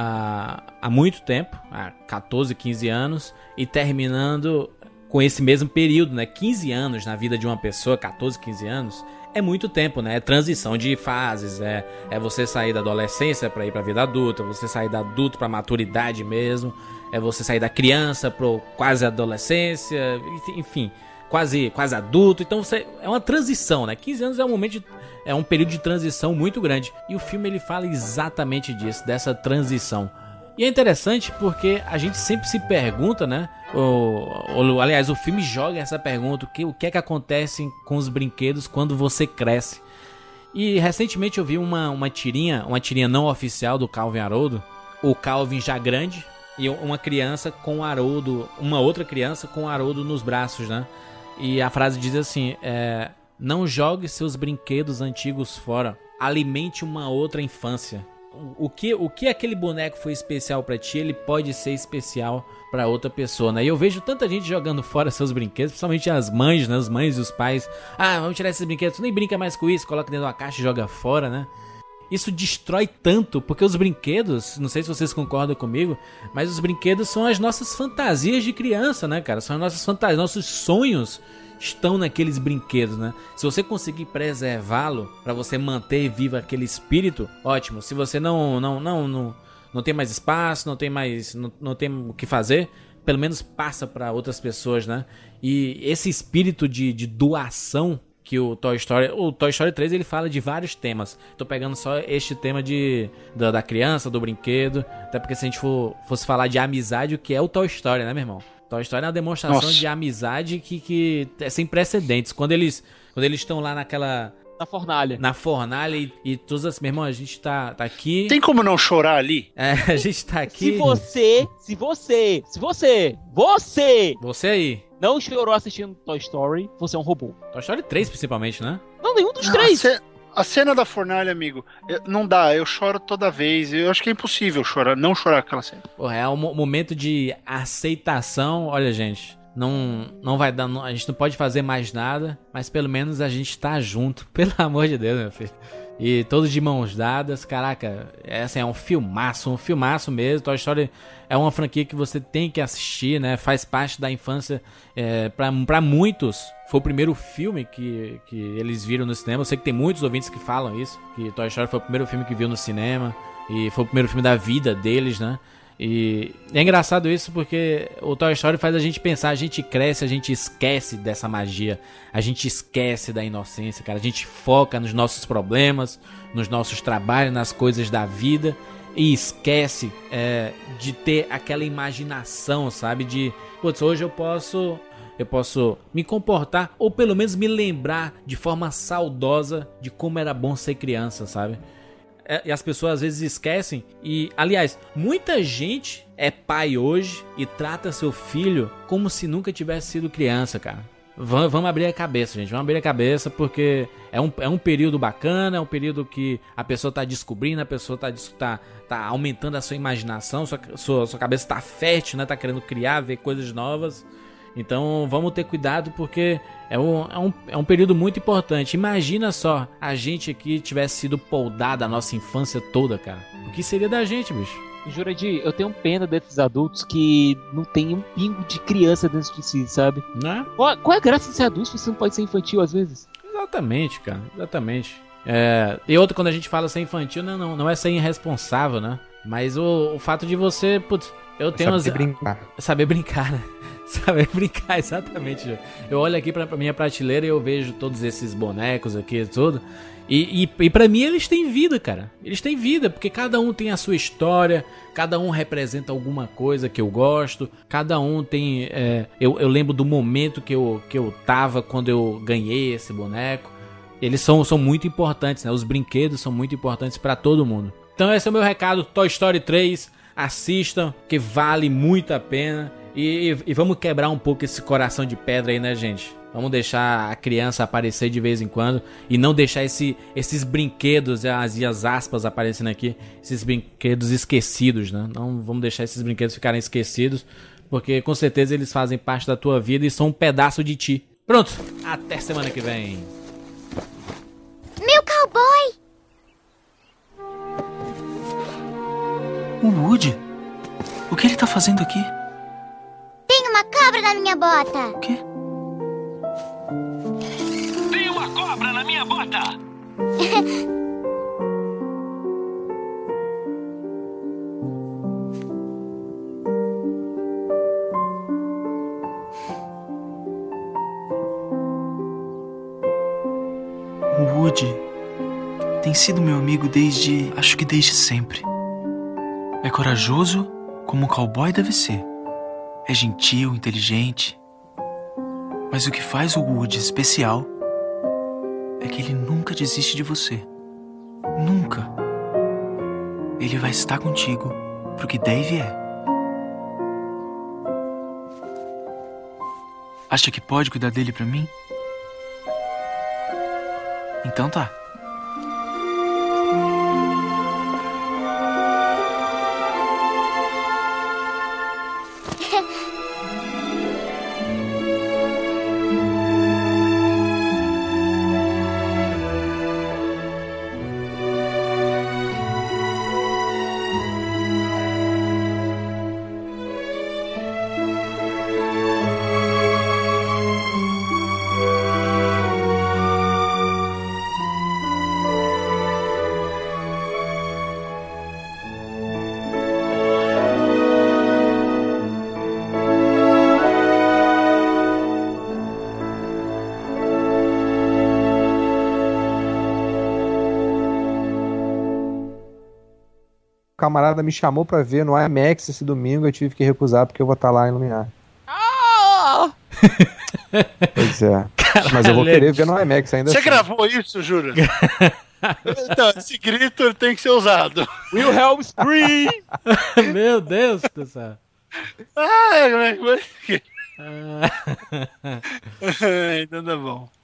há, há muito tempo, há catorze, quinze anos, e terminando com esse mesmo período, né? quinze anos na vida de uma pessoa, catorze, quinze anos, é muito tempo, né? É transição de fases, é, é você sair da adolescência para ir para a vida adulta, você sair da adulto para maturidade mesmo, é você sair da criança para quase adolescência, enfim... Quase, quase adulto, então você, é uma transição, né? quinze anos é um momento de, é um período de transição muito grande. E o filme ele fala exatamente disso, dessa transição. E é interessante porque a gente sempre se pergunta, né? O, o, aliás, o filme joga essa pergunta: o que, o que é que acontece com os brinquedos quando você cresce? E recentemente eu vi uma, uma tirinha, uma tirinha não oficial do Calvin Haroldo, o Calvin já grande, e uma criança com o Haroldo, uma outra criança com o Haroldo nos braços, né? E a frase diz assim, é, não jogue seus brinquedos antigos fora, alimente uma outra infância. O que, o que aquele boneco foi especial pra ti, ele pode ser especial pra outra pessoa, né? E eu vejo tanta gente jogando fora seus brinquedos, principalmente as mães, né? As mães e os pais. Ah, vamos tirar esses brinquedos, tu nem brinca mais com isso, coloca dentro de uma caixa e joga fora, né? Isso destrói tanto, porque os brinquedos, não sei se vocês concordam comigo, mas os brinquedos são as nossas fantasias de criança, né, cara? São as nossas fantasias, nossos sonhos estão naqueles brinquedos, né? Se você conseguir preservá-lo, para você manter vivo aquele espírito, ótimo. Se você não não não não, não tem mais espaço, não tem mais não, não tem o que fazer, pelo menos passa para outras pessoas, né? E esse espírito de, de doação que o Toy Story... O Toy Story três, ele fala de vários temas. Tô pegando só este tema de, da, da criança, do brinquedo. Até porque se a gente for, fosse falar de amizade, o que é o Toy Story, né, meu irmão? Toy Story é uma demonstração Nossa. de amizade que, que é sem precedentes. Quando eles quando eles estão lá naquela... Na fornalha. Na fornalha e, e todas as... Meu irmão, a gente tá, tá aqui... Tem como não chorar ali? É, a gente tá aqui... Se você, se você, se você, você... Você aí... não chorou assistindo Toy Story, você é um robô. Toy Story três, principalmente, né? Não, nenhum dos não, três. A, ce a cena da fornalha, amigo, eu, não dá, eu choro toda vez. Eu acho que é impossível chorar, não chorar aquela cena. Porra, é um momento de aceitação. Olha, gente, não, não vai dar, não, a gente não pode fazer mais nada, mas pelo menos a gente tá junto, pelo amor de Deus, meu filho. E todos de mãos dadas, caraca, essa é um filmaço, um filmaço mesmo. Toy Story é uma franquia que você tem que assistir, né? Faz parte da infância, é, pra, pra muitos. Foi o primeiro filme que, que eles viram no cinema. Eu sei que tem muitos ouvintes que falam isso, que Toy Story foi o primeiro filme que viu no cinema e foi o primeiro filme da vida deles, né? E é engraçado isso porque o Toy Story faz a gente pensar, a gente cresce, a gente esquece dessa magia, a gente esquece da inocência, cara. A gente foca nos nossos problemas, nos nossos trabalhos, nas coisas da vida e esquece é, de ter aquela imaginação, sabe? De, putz, hoje eu posso, eu posso me comportar ou pelo menos me lembrar de forma saudosa de como era bom ser criança, sabe? E as pessoas às vezes esquecem. E, aliás, muita gente é pai hoje e trata seu filho como se nunca tivesse sido criança, cara. V vamos abrir a cabeça, gente. Vamos abrir a cabeça porque é um, é um período bacana, é um período que a pessoa tá descobrindo, a pessoa tá, tá, tá aumentando a sua imaginação, sua, sua, sua cabeça tá fértil, né? Tá querendo criar, ver coisas novas. Então vamos ter cuidado porque é um, é, um, é um período muito importante. Imagina só a gente aqui tivesse sido poldada a nossa infância toda, cara. O que seria da gente, bicho? Jurandir, eu tenho pena desses adultos que não tem um pingo de criança dentro de si, sabe? Né? Qual, qual é a graça de ser adulto se você não pode ser infantil às vezes? Exatamente, cara, exatamente. É, e outra, quando a gente fala ser infantil, não, não, não é ser irresponsável, né? Mas o, o fato de você, putz, eu tenho... Saber umas, brincar. Saber brincar, né? Saber brincar, exatamente. Eu olho aqui pra, pra minha prateleira e eu vejo todos esses bonecos aqui e tudo. E, e, e pra mim eles têm vida, cara. Eles têm vida, porque cada um tem a sua história, cada um representa alguma coisa que eu gosto, cada um tem... É, eu, eu lembro do momento que eu, que eu tava quando eu ganhei esse boneco. Eles são, são muito importantes, né? Os brinquedos são muito importantes pra todo mundo. Então esse é o meu recado, Toy Story três, assistam, que vale muito a pena. E, e, e vamos quebrar um pouco esse coração de pedra aí, né, gente? Vamos deixar a criança aparecer de vez em quando e não deixar esse, esses brinquedos, as, e as aspas aparecendo aqui, esses brinquedos esquecidos, né? Não vamos deixar esses brinquedos ficarem esquecidos, porque com certeza eles fazem parte da tua vida e são um pedaço de ti. Pronto, até semana que vem. Meu cowboy! O Woody? O que ele tá fazendo aqui? Tem uma cobra na minha bota! O quê? Tem uma cobra na minha bota! O Woody tem sido meu amigo desde... acho que desde sempre. É corajoso como um cowboy deve ser. É gentil, inteligente. Mas o que faz o Woody especial é que ele nunca desiste de você. Nunca. Ele vai estar contigo pro que der e vier. Acha que pode cuidar dele pra mim? Então tá. O camarada me chamou pra ver no IMAX esse domingo, eu tive que recusar porque eu vou estar lá em Luminar. Ah! Pois é. Mas eu vou querer ver no IMAX ainda. Você assim. gravou isso, Júlio? Então, esse grito ele tem que ser usado. Wilhelm Scream! Meu Deus do céu. Ah, como é que... Então tá bom.